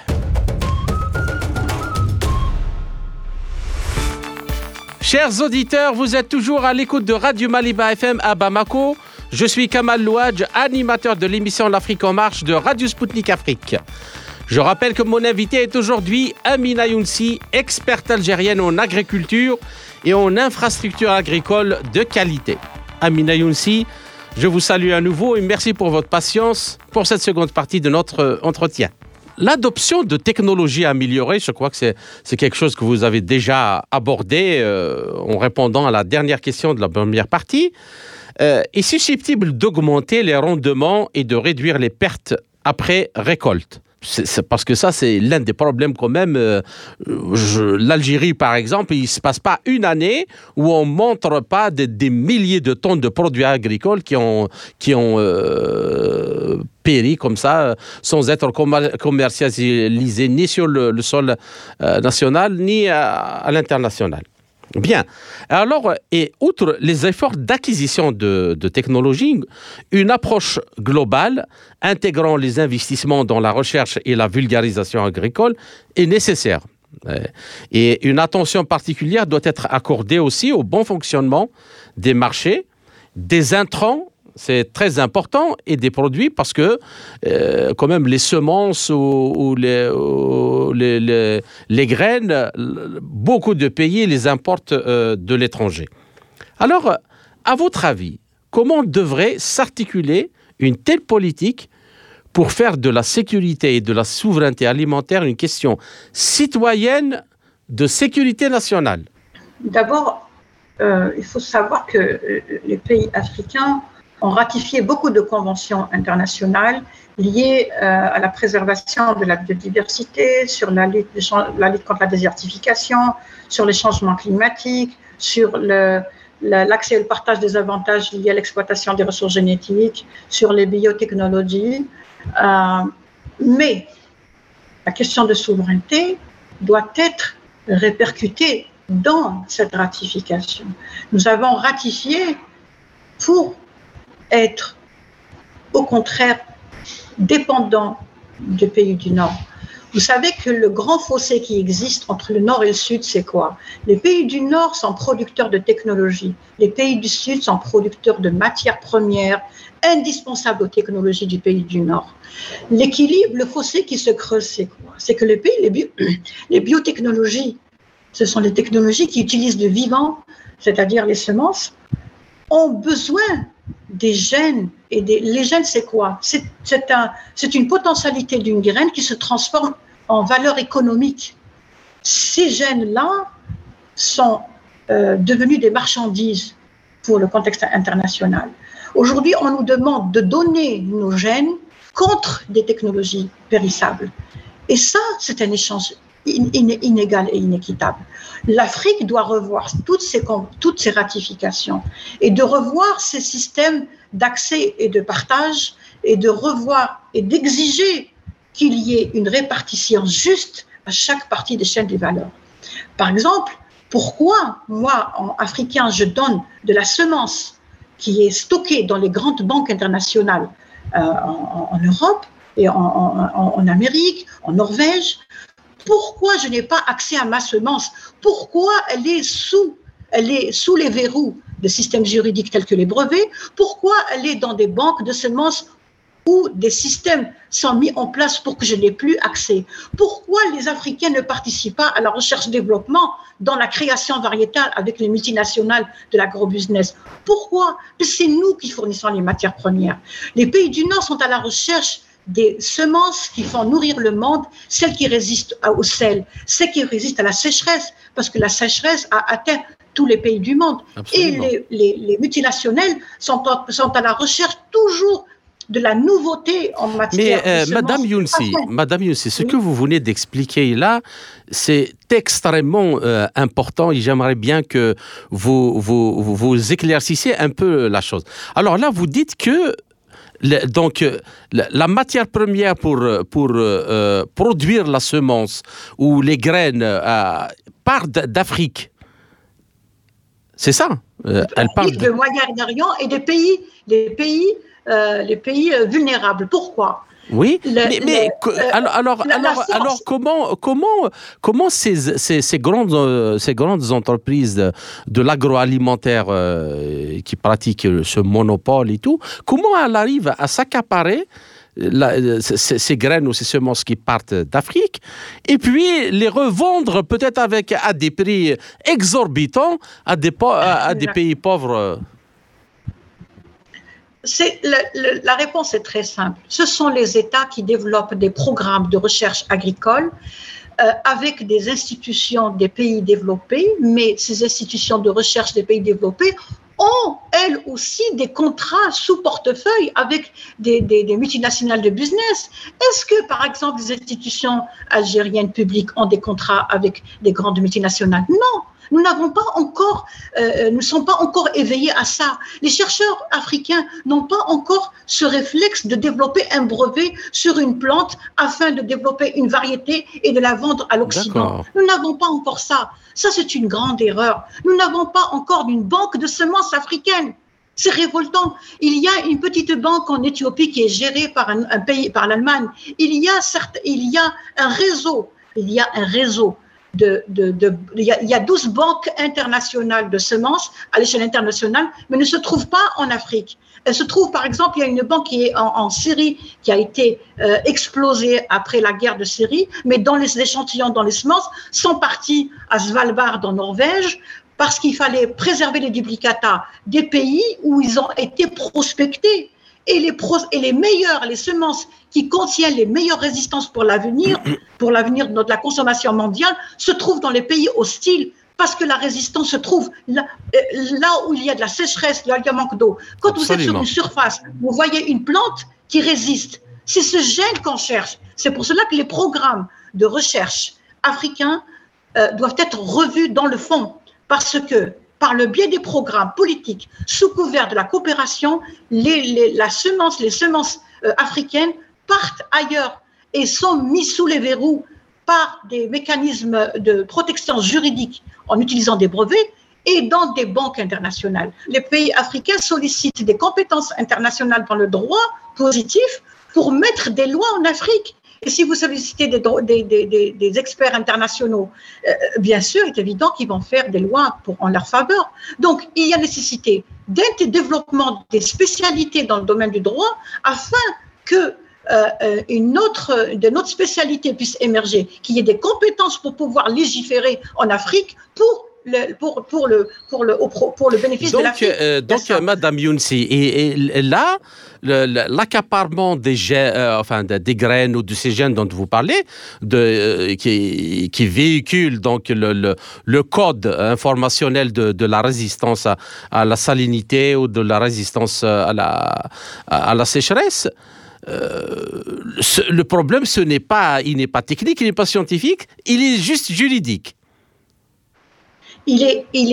Chers auditeurs, vous êtes toujours à l'écoute de Radio Maliba FM à Bamako. Je suis Kamal Louadj, animateur de l'émission L'Afrique en marche de Radio Sputnik Afrique. Je rappelle que mon invité est aujourd'hui Amina Younsi, experte algérienne en agriculture et en infrastructure agricole de qualité. Amina Younsi, je vous salue à nouveau et merci pour votre patience pour cette seconde partie de notre entretien. L'adoption de technologies améliorées, je crois que c'est quelque chose que vous avez déjà abordé en répondant à la dernière question de la première partie, est susceptible d'augmenter les rendements et de réduire les pertes après récolte. c'est parce que ça, c'est l'un des problèmes quand même. L'Algérie, par exemple, il ne se passe pas une année où on ne montre pas des milliers de tonnes de produits agricoles qui ont péri comme ça, sans être commercialisés ni sur le sol national, ni à l'international. Bien. Alors, et outre les efforts d'acquisition de technologies, une approche globale intégrant les investissements dans la recherche et la vulgarisation agricole est nécessaire. Et une attention particulière doit être accordée aussi au bon fonctionnement des marchés, des intrants, c'est très important, et des produits parce que quand même les semences ou les graines, beaucoup de pays les importent de l'étranger. Alors, à votre avis, comment devrait s'articuler une telle politique pour faire de la sécurité et de la souveraineté alimentaire une question citoyenne de sécurité nationale? D'abord, il faut savoir que les pays africains ont ratifié beaucoup de conventions internationales liées à la préservation de la biodiversité, sur la lutte contre la désertification, sur les changements climatiques, sur l'accès et le partage des avantages liés à l'exploitation des ressources génétiques, sur les biotechnologies. Mais la question de souveraineté doit être répercutée dans cette ratification. Nous avons ratifié pour être, au contraire, dépendant des pays du Nord. Vous savez que le grand fossé qui existe entre le Nord et le Sud, c'est quoi? Les pays du Nord sont producteurs de technologies. Les pays du Sud sont producteurs de matières premières indispensables aux technologies du pays du Nord. L'équilibre, le fossé qui se creuse, c'est quoi? C'est que les biotechnologies, ce sont les technologies qui utilisent le vivant, c'est-à-dire les semences, ont besoin des gènes. Et les gènes, c'est quoi? C'est une potentialité d'une graine qui se transforme en valeur économique. Ces gènes-là sont devenus des marchandises pour le contexte international. Aujourd'hui, on nous demande de donner nos gènes contre des technologies périssables. Et ça, c'est un échange inégal et inéquitable. L'Afrique doit revoir toutes ces ratifications et de revoir ces systèmes d'accès et de partage et de revoir et d'exiger qu'il y ait une répartition juste à chaque partie des chaînes de valeur. Par exemple, pourquoi moi, en africain, je donne de la semence qui est stockée dans les grandes banques internationales en Europe et en Amérique, en Norvège? Pourquoi je n'ai pas accès à ma semence? Pourquoi elle est sous les verrous de systèmes juridiques tels que les brevets? Pourquoi elle est dans des banques de semences où des systèmes sont mis en place pour que je n'ai plus accès? Pourquoi les Africains ne participent pas à la recherche-développement dans la création variétale avec les multinationales de l'agrobusiness? Pourquoi? Parce que c'est nous qui fournissons les matières premières. Les pays du Nord sont à la recherche des semences qui font nourrir le monde, celles qui résistent au sel, celles qui résistent à la sécheresse, parce que la sécheresse a atteint tous les pays du monde. Absolument. Et les multinationales sont à la recherche toujours de la nouveauté en matière de semences. Madame Younsi, ce que vous venez d'expliquer là, c'est extrêmement important et j'aimerais bien que vous éclaircissiez un peu la chose. Alors là, vous dites que la matière première pour produire la semence ou les graines part d'Afrique. C'est ça. Elle part de Moyen-Orient et des pays vulnérables. Pourquoi? Oui, alors comment ces grandes entreprises de l'agroalimentaire qui pratiquent ce monopole et tout, comment elles arrivent à s'accaparer ces graines ou ces semences qui partent d'Afrique et puis les revendre peut-être à des prix exorbitants à des pays pauvres? La réponse est très simple. Ce sont les États qui développent des programmes de recherche agricole avec des institutions des pays développés, mais ces institutions de recherche des pays développés ont, elles aussi, des contrats sous portefeuille avec des multinationales de business. Est-ce que, par exemple, les institutions algériennes publiques ont des contrats avec des grandes multinationales? Non. Nous ne sommes pas encore éveillés à ça. Les chercheurs africains n'ont pas encore ce réflexe de développer un brevet sur une plante afin de développer une variété et de la vendre à l'Occident. D'accord. Nous n'avons pas encore ça. Ça, c'est une grande erreur. Nous n'avons pas encore une banque de semences africaines. C'est révoltant. Il y a une petite banque en Éthiopie qui est gérée par un pays, par l'Allemagne. Il y a un réseau. Il y a 12 banques internationales de semences à l'échelle internationale, mais ne se trouvent pas en Afrique. Elle se trouve, par exemple, il y a une banque qui est en Syrie, qui a été explosée après la guerre de Syrie, mais dans les échantillons, dans les semences, sont partis à Svalbard, en Norvège, parce qu'il fallait préserver les duplicata des pays où ils ont été prospectés. Et les semences qui contiennent les meilleures résistances pour l'avenir de la consommation mondiale, se trouvent dans les pays hostiles, parce que la résistance se trouve là où il y a de la sécheresse, là où il y a manque d'eau. Quand vous êtes sur une surface, vous voyez une plante qui résiste. C'est ce gène qu'on cherche. C'est pour cela que les programmes de recherche africains doivent être revus dans le fond, parce que par le biais des programmes politiques, sous couvert de la coopération, les semences africaines partent ailleurs et sont mises sous les verrous par des mécanismes de protection juridique en utilisant des brevets et dans des banques internationales. Les pays africains sollicitent des compétences internationales dans le droit positif pour mettre des lois en Afrique. Et si vous sollicitez des experts internationaux, bien sûr, il est évident qu'ils vont faire des lois en leur faveur. Donc, il y a nécessité d'un développement des spécialités dans le domaine du droit afin que de notre spécialité puisse émerger, qu'il y ait des compétences pour pouvoir légiférer en Afrique pour le bénéfice de l'Afrique. Donc, Madame Younsi, et là, l'accaparement des graines ou de ces gènes dont vous parlez, qui véhiculent donc le code informationnel de la résistance à la salinité ou de la résistance à la sécheresse, le problème, il n'est pas technique, il n'est pas scientifique, il est juste juridique. Il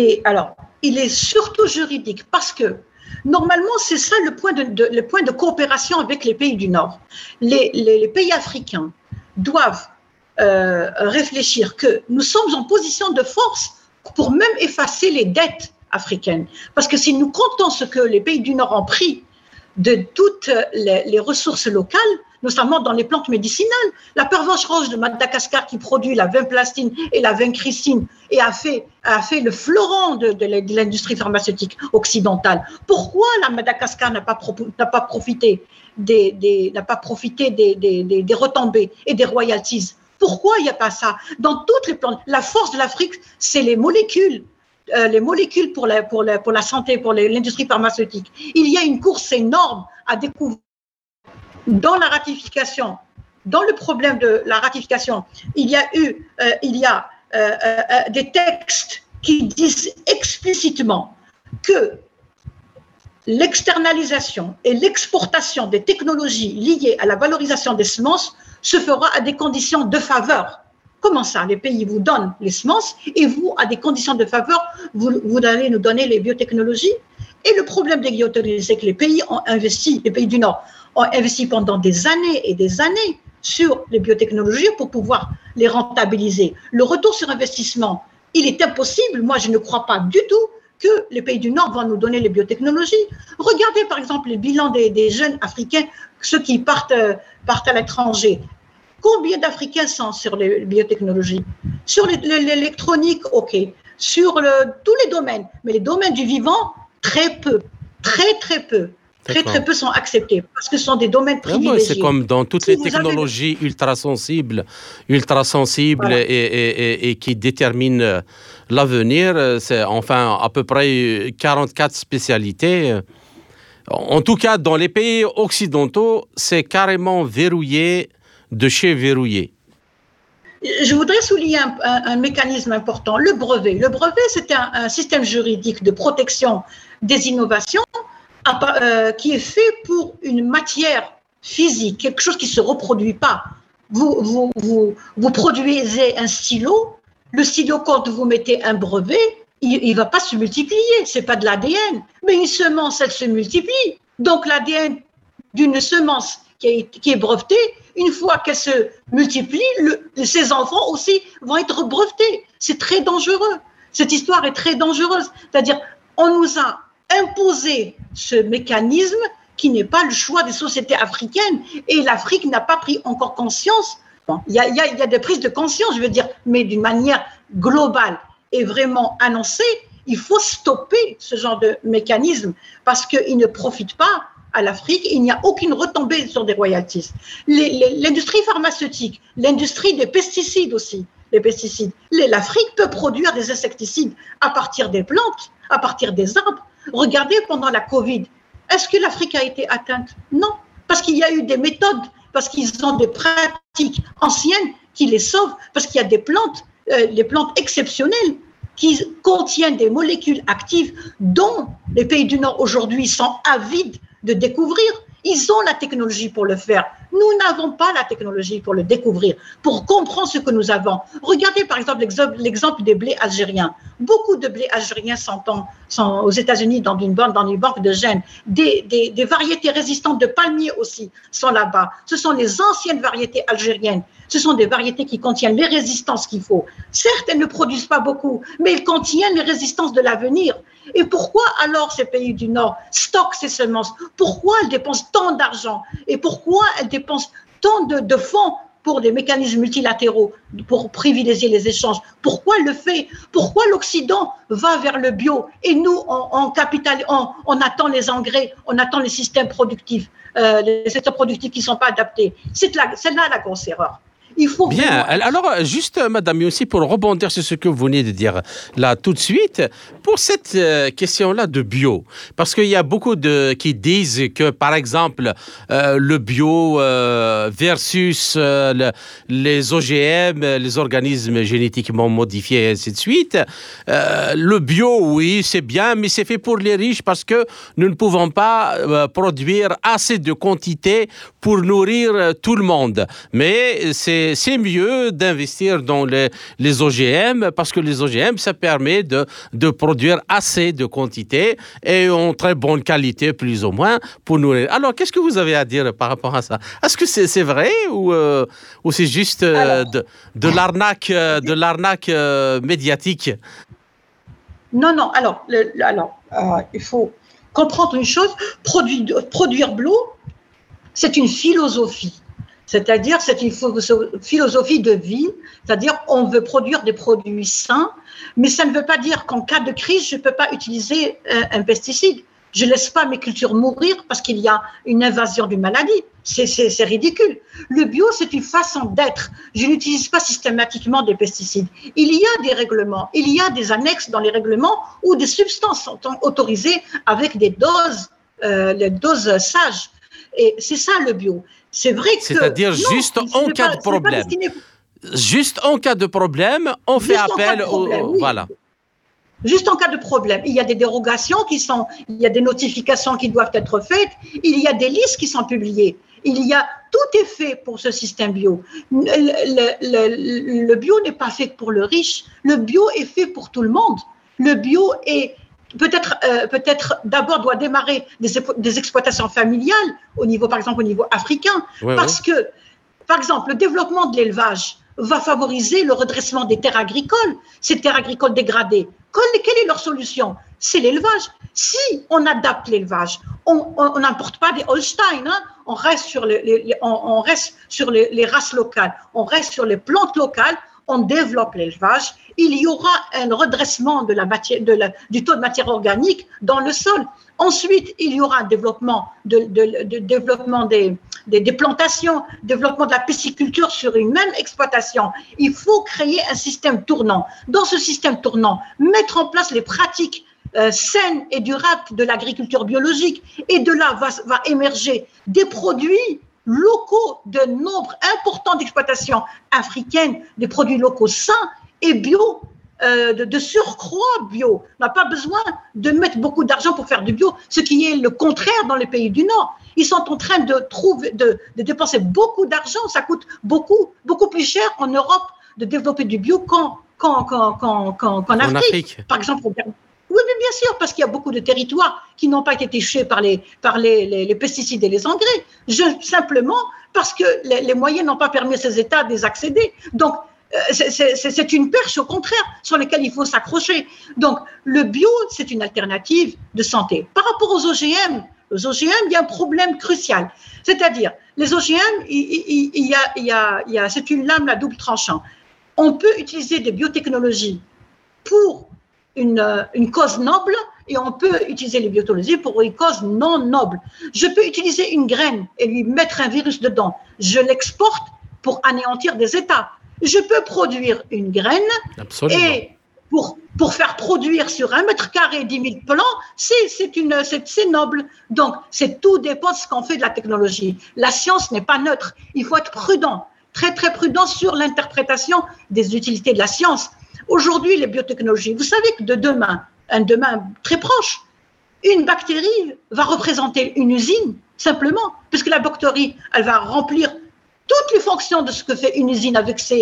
est surtout juridique parce que normalement, c'est ça le point de coopération avec les pays du Nord. Les pays africains doivent réfléchir que nous sommes en position de force pour même effacer les dettes africaines. Parce que si nous comptons ce que les pays du Nord ont pris de toutes les ressources locales, notamment dans les plantes médicinales, la pervenche rose de Madagascar qui produit la vinplastine et la vincristine et a fait le fleuron de l'industrie pharmaceutique occidentale. Pourquoi la Madagascar n'a pas profité des retombées et des royalties? Pourquoi il n'y a pas ça? Dans toutes les plantes, la force de l'Afrique, c'est les molécules pour la santé, pour l'industrie pharmaceutique. Il y a une course énorme à découvrir. Dans le problème de la ratification, il y a des textes qui disent explicitement que l'externalisation et l'exportation des technologies liées à la valorisation des semences se fera à des conditions de faveur. Comment ça? Les pays vous donnent les semences et vous, à des conditions de faveur, vous allez nous donner les biotechnologies. Et le problème des biotechnologies, c'est que les pays du Nord ont investi pendant des années et des années sur les biotechnologies pour pouvoir les rentabiliser. Le retour sur investissement, il est impossible. Moi, je ne crois pas du tout que les pays du Nord vont nous donner les biotechnologies. Regardez par exemple les bilans des jeunes Africains, ceux qui partent à l'étranger. Combien d'Africains sont sur les biotechnologies? Sur l'électronique, ok. Sur tous les domaines. Mais les domaines du vivant, très peu. Très peu. Très peu sont acceptés parce que ce sont des domaines privilégiés. C'est comme dans toutes les technologies ultra-sensibles voilà. et qui déterminent l'avenir. C'est enfin à peu près 44 spécialités. En tout cas, dans les pays occidentaux, c'est carrément verrouillé de chez verrouillé. Je voudrais souligner un mécanisme important, le brevet. Le brevet, c'est un système juridique de protection des innovations qui est fait pour une matière physique, quelque chose qui ne se reproduit pas. Vous produisez un stylo, le stylo, quand vous mettez un brevet, il ne va pas se multiplier, ce n'est pas de l'ADN, mais une semence, elle se multiplie. Donc l'ADN d'une semence qui est brevetée, une fois qu'elle se multiplie, ses enfants aussi vont être brevetés. C'est très dangereux. Cette histoire est très dangereuse. C'est-à-dire, on nous a imposé ce mécanisme qui n'est pas le choix des sociétés africaines. Et l'Afrique n'a pas pris encore conscience. Bon, il y a des prises de conscience, je veux dire, mais d'une manière globale et vraiment annoncée, il faut stopper ce genre de mécanisme parce qu'il ne profite pas à l'Afrique, il n'y a aucune retombée sur des royalties. L'industrie pharmaceutique, l'industrie des pesticides aussi, les pesticides. L'Afrique peut produire des insecticides à partir des plantes, à partir des arbres. Regardez pendant la Covid, est-ce que l'Afrique a été atteinte? Non, parce qu'il y a eu des méthodes, parce qu'ils ont des pratiques anciennes qui les sauvent, parce qu'il y a des plantes exceptionnelles qui contiennent des molécules actives dont les pays du Nord aujourd'hui sont avides de découvrir. Ils ont la technologie pour le faire. Nous n'avons pas la technologie pour le découvrir, pour comprendre ce que nous avons. Regardez par exemple l'exemple des blés algériens. Beaucoup de blés algériens sont aux États-Unis dans une banque de gènes. Des variétés résistantes de palmiers aussi sont là-bas. Ce sont les anciennes variétés algériennes. Ce sont des variétés qui contiennent les résistances qu'il faut. Certes, elles ne produisent pas beaucoup, mais elles contiennent les résistances de l'avenir. Et pourquoi alors ces pays du Nord stockent ces semences? Pourquoi elles dépensent tant d'argent? Et pourquoi elles dépensent tant de fonds pour des mécanismes multilatéraux, pour privilégier les échanges? Pourquoi elle le fait? Pourquoi l'Occident va vers le bio et nous, on attend les engrais, on attend les systèmes productifs qui ne sont pas adaptés? C'est là la grosse erreur. Il faut bien. Alors, juste, Madame Youssi, pour rebondir sur ce que vous venez de dire là tout de suite, pour cette question-là de bio, parce qu'il y a beaucoup qui disent que, par exemple, le bio versus les OGM, les organismes génétiquement modifiés, et ainsi de suite, le bio, oui, c'est bien, mais c'est fait pour les riches parce que nous ne pouvons pas produire assez de quantité pour nourrir tout le monde. Mais c'est mieux d'investir dans les OGM parce que les OGM, ça permet de produire assez de quantité et en très bonne qualité, plus ou moins, pour nourrir. Alors, qu'est-ce que vous avez à dire par rapport à ça? Est-ce que c'est vrai ou c'est juste de l'arnaque médiatique? Non. Alors, il faut comprendre une chose. Produire bio, c'est une philosophie. C'est-à-dire, c'est une philosophie de vie, c'est-à-dire on veut produire des produits sains, mais ça ne veut pas dire qu'en cas de crise, je ne peux pas utiliser un pesticide. Je ne laisse pas mes cultures mourir parce qu'il y a une invasion d'une maladie. C'est ridicule. Le bio, c'est une façon d'être. Je n'utilise pas systématiquement des pesticides. Il y a des règlements, il y a des annexes dans les règlements où des substances sont autorisées avec des doses, les doses sages. Et c'est ça le bio. C'est vrai que... C'est-à-dire juste en cas de problème. Juste en cas de problème, on fait appel au... Oui. Voilà. Juste en cas de problème. Il y a des dérogations il y a des notifications qui doivent être faites, il y a des listes qui sont publiées. Tout est fait pour ce système bio. Le bio n'est pas fait pour le riche. Le bio est fait pour tout le monde. Le bio est... Peut-être d'abord doit démarrer des exploitations familiales par exemple au niveau africain, parce que, par exemple, le développement de l'élevage va favoriser le redressement des terres agricoles, ces terres agricoles dégradées. Quelle est leur solution? C'est l'élevage. Si on adapte l'élevage, on n'importe pas des Holstein, hein, on reste sur les races locales, on reste sur les plantes locales, on développe l'élevage, il y aura un redressement du taux de matière organique dans le sol. Ensuite, il y aura un développement des plantations, développement de la pisciculture sur une même exploitation. Il faut créer un système tournant. Dans ce système tournant, mettre en place les pratiques saines et durables de l'agriculture biologique. Et de là va émerger des produits locaux, de nombre important d'exploitations africaines, des produits locaux sains et bio, de surcroît bio. On n'a pas besoin de mettre beaucoup d'argent pour faire du bio, ce qui est le contraire dans les pays du Nord. Ils sont en train de dépenser beaucoup d'argent, ça coûte beaucoup plus cher en Europe de développer du bio qu'en Afrique. Par exemple, oui, mais bien sûr, parce qu'il y a beaucoup de territoires qui n'ont pas été touchés par les pesticides et les engrais. Simplement parce que les moyens n'ont pas permis à ces États d'y accéder. Donc, c'est une perche, au contraire, sur laquelle il faut s'accrocher. Donc, le bio, c'est une alternative de santé. Par rapport aux OGM, il y a un problème crucial. C'est-à-dire, les OGM, c'est une lame à double tranchant. On peut utiliser des biotechnologies pour une cause noble et on peut utiliser les biotechnologies pour une cause non noble. Je peux utiliser une graine et lui mettre un virus dedans. Je l'exporte pour anéantir des États. Je peux produire une graine. Absolument. Et pour faire produire sur 1 mètre carré 10 000 plants, c'est noble. Donc, tout dépend de ce qu'on fait de la technologie. La science n'est pas neutre. Il faut être prudent, très, très prudent sur l'interprétation des utilités de la science. Aujourd'hui, les biotechnologies, vous savez que un demain très proche, une bactérie va représenter une usine, simplement, puisque la bactérie, elle va remplir toutes les fonctions de ce que fait une usine avec sa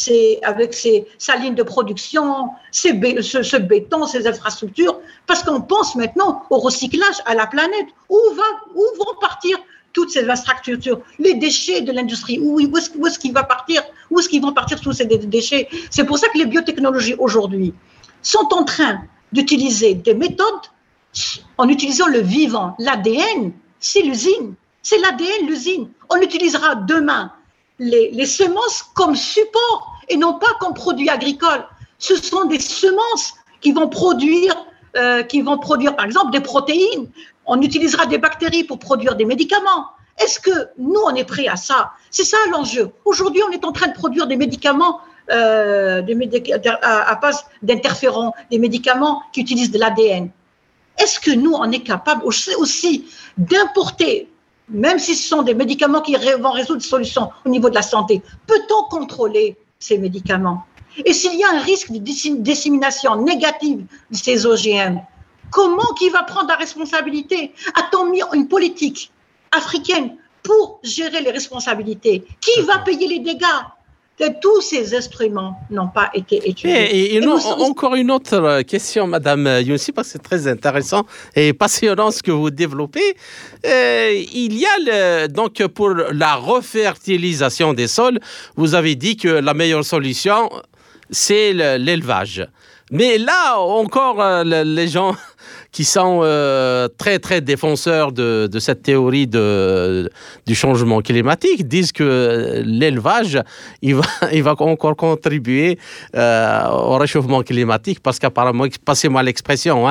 ligne de production, ce béton, ses infrastructures, parce qu'on pense maintenant au recyclage, à la planète. Où vont partir toutes ces infrastructures, les déchets de l'industrie, où est-ce qu'ils vont partir tous ces déchets? C'est pour ça que les biotechnologies aujourd'hui sont en train d'utiliser des méthodes en utilisant le vivant. L'ADN, c'est l'usine. C'est l'ADN, l'usine. On utilisera demain les semences comme support et non pas comme produit agricole. Ce sont des semences qui vont produire, par exemple, des protéines. On utilisera des bactéries pour produire des médicaments. Est-ce que nous, on est prêts à ça? C'est ça l'enjeu. Aujourd'hui, on est en train de produire des médicaments à base d'interférons, des médicaments qui utilisent de l'ADN. Est-ce que nous, on est capable aussi d'importer, même si ce sont des médicaments qui vont résoudre des solutions au niveau de la santé, peut-on contrôler ces médicaments? Et s'il y a un risque de dissémination négative de ces OGM, qui va prendre la responsabilité? A-t-on mis une politique africaine pour gérer les responsabilités? Qui va payer les dégâts? Tous ces instruments n'ont pas été étudiés. Et encore une autre question, Madame Younsi, parce que c'est très intéressant et passionnant ce que vous développez. Il y a donc pour la refertilisation des sols, vous avez dit que la meilleure solution, c'est l'élevage. Mais là, encore, les gens qui sont très, très défenseurs de cette théorie du changement climatique disent que l'élevage, il va encore contribuer au réchauffement climatique parce qu'apparemment, passez-moi l'expression,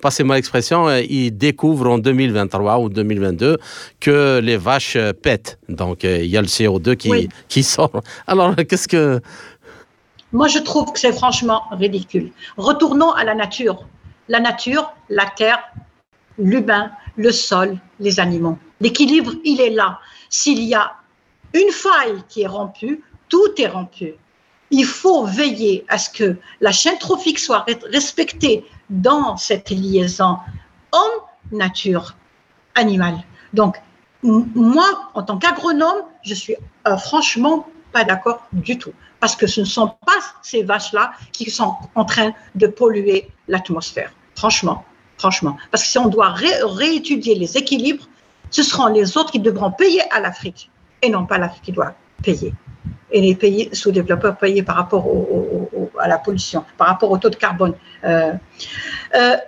ils découvrent en 2023 ou 2022 que les vaches pètent. Donc, il y a le CO2 qui sort. Alors, qu'est-ce que... Moi, je trouve que c'est franchement ridicule. Retournons à la nature. La nature, la terre, l'humain, le sol, les animaux. L'équilibre, il est là. S'il y a une faille qui est rompue, tout est rompu. Il faut veiller à ce que la chaîne trophique soit respectée dans cette liaison homme-nature-animal. Donc, moi, en tant qu'agronome, je suis franchement pas d'accord du tout. Parce que ce ne sont pas ces vaches-là qui sont en train de polluer l'atmosphère. Franchement. Parce que si on doit réétudier les équilibres, ce seront les autres qui devront payer à l'Afrique et non pas l'Afrique qui doit payer. Et les pays sous-développeurs payer par rapport à la pollution, par rapport au taux de carbone. La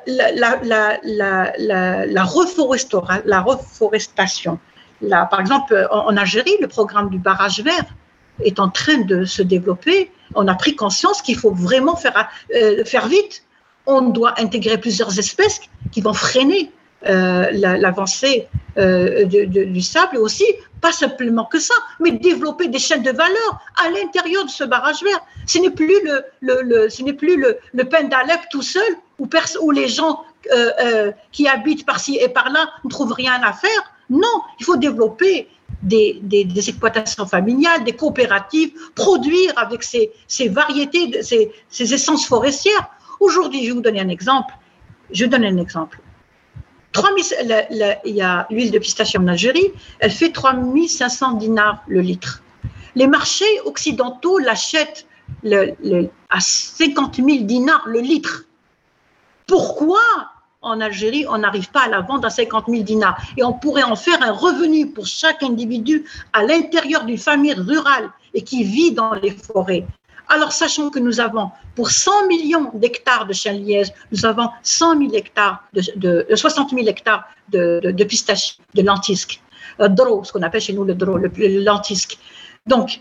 reforestation. Par exemple, en Algérie, le programme du barrage vert est en train de se développer. On a pris conscience qu'il faut vraiment faire vite. On doit intégrer plusieurs espèces qui vont freiner l'avancée du sable et aussi, pas simplement que ça, mais développer des chaînes de valeur à l'intérieur de ce barrage vert. Ce n'est plus le pain d'Alep tout seul où les gens qui habitent par-ci et par-là ne trouvent rien à faire. Non, il faut développer des exploitations familiales, des coopératives, produire avec ces variétés, ces essences forestières. Aujourd'hui, je vais vous donner un exemple. Je donne un exemple. Il y a l'huile de pistache en Algérie, elle fait 3500 dinars le litre. Les marchés occidentaux l'achètent à 50 000 dinars le litre. Pourquoi en Algérie, on n'arrive pas à la vendre à 50 000 dinars? Et on pourrait en faire un revenu pour chaque individu à l'intérieur d'une famille rurale et qui vit dans les forêts. Alors, sachant que nous avons, pour 100 millions d'hectares de chênes lièges, nous avons 60 000 hectares de pistaches, de lentisques, dro, ce qu'on appelle chez nous le dro, le lentisque. Donc,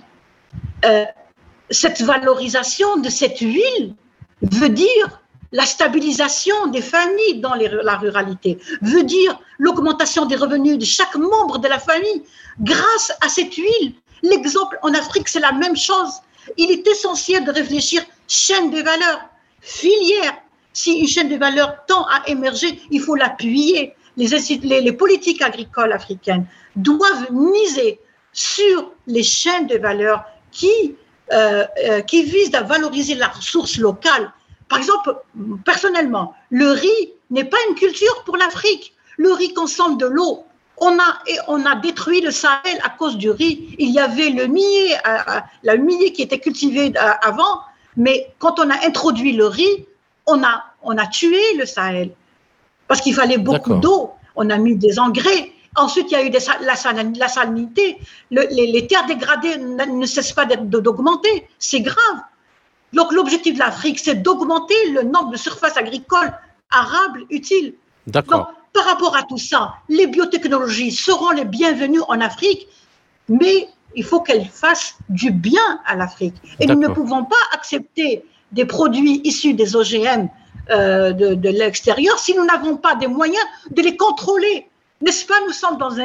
cette valorisation de cette huile veut dire la stabilisation des familles dans la ruralité, veut dire l'augmentation des revenus de chaque membre de la famille grâce à cette huile. L'exemple en Afrique, c'est la même chose. Il est essentiel de réfléchir chaîne de valeur, filière. Si une chaîne de valeur tend à émerger, il faut l'appuyer. Les politiques agricoles africaines doivent miser sur les chaînes de valeur qui visent à valoriser la ressource locale. Par exemple, personnellement, le riz n'est pas une culture pour l'Afrique. Le riz consomme de l'eau. On a détruit le Sahel à cause du riz. Il y avait le millet qui était cultivé avant, mais quand on a introduit le riz, on a tué le Sahel parce qu'il fallait beaucoup d'eau. On a mis des engrais. Ensuite, il y a eu la salinité. Les terres dégradées ne cessent pas d'augmenter. C'est grave. Donc, l'objectif de l'Afrique, c'est d'augmenter le nombre de surfaces agricoles arables utiles. D'accord. Donc, par rapport à tout ça, les biotechnologies seront les bienvenues en Afrique, mais il faut qu'elles fassent du bien à l'Afrique. Et nous ne pouvons pas accepter des produits issus des OGM de l'extérieur si nous n'avons pas des moyens de les contrôler. N'est-ce pas? Nous sommes dans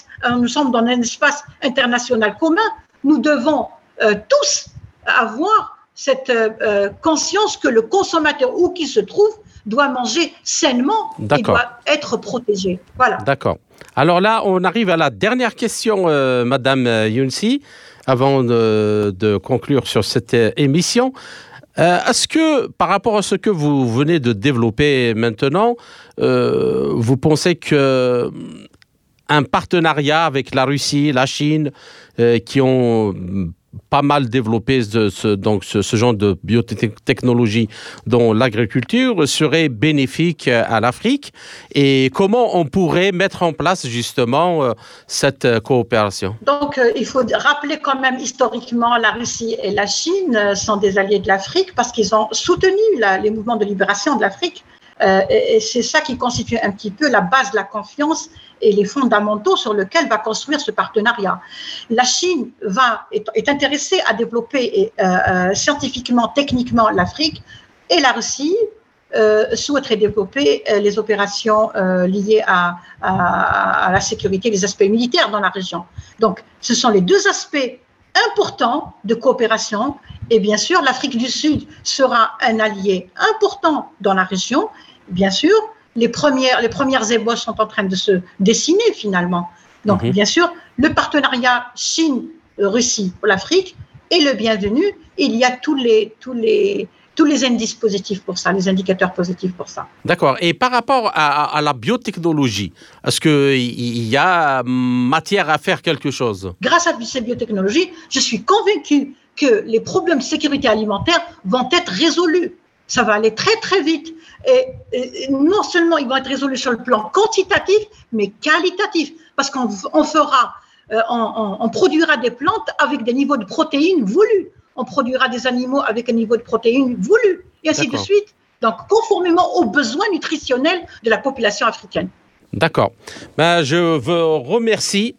un espace international commun. Nous devons tous avoir cette conscience que le consommateur, où qu'il se trouve, doit manger sainement et doit être protégé. Voilà. D'accord. Alors là, on arrive à la dernière question, Madame Younsi, avant de conclure sur cette émission. Est-ce que, par rapport à ce que vous venez de développer maintenant, vous pensez que un partenariat avec la Russie, la Chine, qui ont pas mal développé ce genre de biotechnologie dans l'agriculture serait bénéfique à l'Afrique, et comment on pourrait mettre en place justement cette coopération? Donc, il faut rappeler quand même historiquement, la Russie et la Chine sont des alliés de l'Afrique parce qu'ils ont soutenu les mouvements de libération de l'Afrique. Et c'est ça qui constitue un petit peu la base de la confiance et les fondamentaux sur lesquels va construire ce partenariat. La Chine est intéressée à développer scientifiquement, techniquement l'Afrique, et la Russie souhaiterait développer les opérations liées à la sécurité, les aspects militaires dans la région. Donc, ce sont les deux aspects importants de coopération. Et bien sûr, l'Afrique du Sud sera un allié important dans la région. Bien sûr, les premières ébauches sont en train de se dessiner finalement. Donc, bien sûr, le partenariat Chine-Russie pour l'Afrique est le bienvenu. Il y a tous les indices positifs pour ça, les indicateurs positifs pour ça. D'accord. Et par rapport à la biotechnologie, est-ce qu'il y a matière à faire quelque chose? Grâce à ces biotechnologies, je suis convaincue que les problèmes de sécurité alimentaire vont être résolus. Ça va aller très, très vite. Et non seulement ils vont être résolus sur le plan quantitatif, mais qualitatif. Parce qu'on produira des plantes avec des niveaux de protéines voulus. On produira des animaux avec un niveau de protéines voulu, et ainsi de suite. Donc, conformément aux besoins nutritionnels de la population africaine. D'accord. Je vous remercie,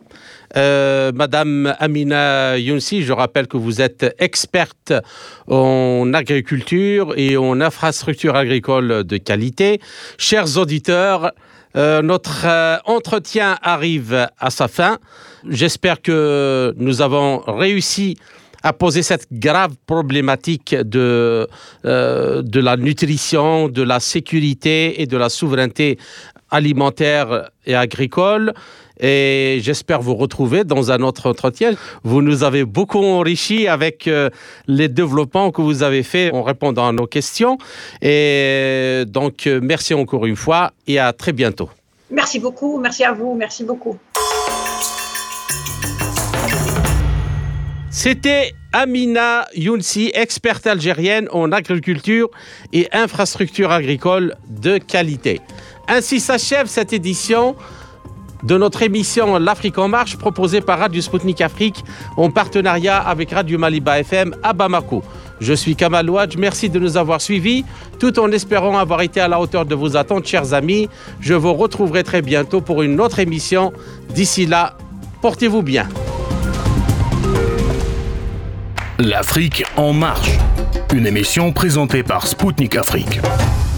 Madame Amina Younsi. Je rappelle que vous êtes experte en agriculture et en infrastructure agricole de qualité. Chers auditeurs, notre entretien arrive à sa fin. J'espère que nous avons réussi à poser cette grave problématique de la nutrition, de la sécurité et de la souveraineté alimentaire et agricole. Et j'espère vous retrouver dans un autre entretien. Vous nous avez beaucoup enrichi avec les développements que vous avez faits en répondant à nos questions. Et donc, merci encore une fois et à très bientôt. Merci beaucoup, merci à vous, merci beaucoup. C'était Amina Younsi, experte algérienne en agriculture et infrastructures agricoles de qualité. Ainsi s'achève cette édition de notre émission L'Afrique en marche, proposée par Radio Spoutnik Afrique en partenariat avec Radio Maliba FM à Bamako. Je suis Kamal Ouadj, merci de nous avoir suivis, tout en espérant avoir été à la hauteur de vos attentes, chers amis. Je vous retrouverai très bientôt pour une autre émission. D'ici là, portez-vous bien. L'Afrique en marche, une émission présentée par Spoutnik Afrique.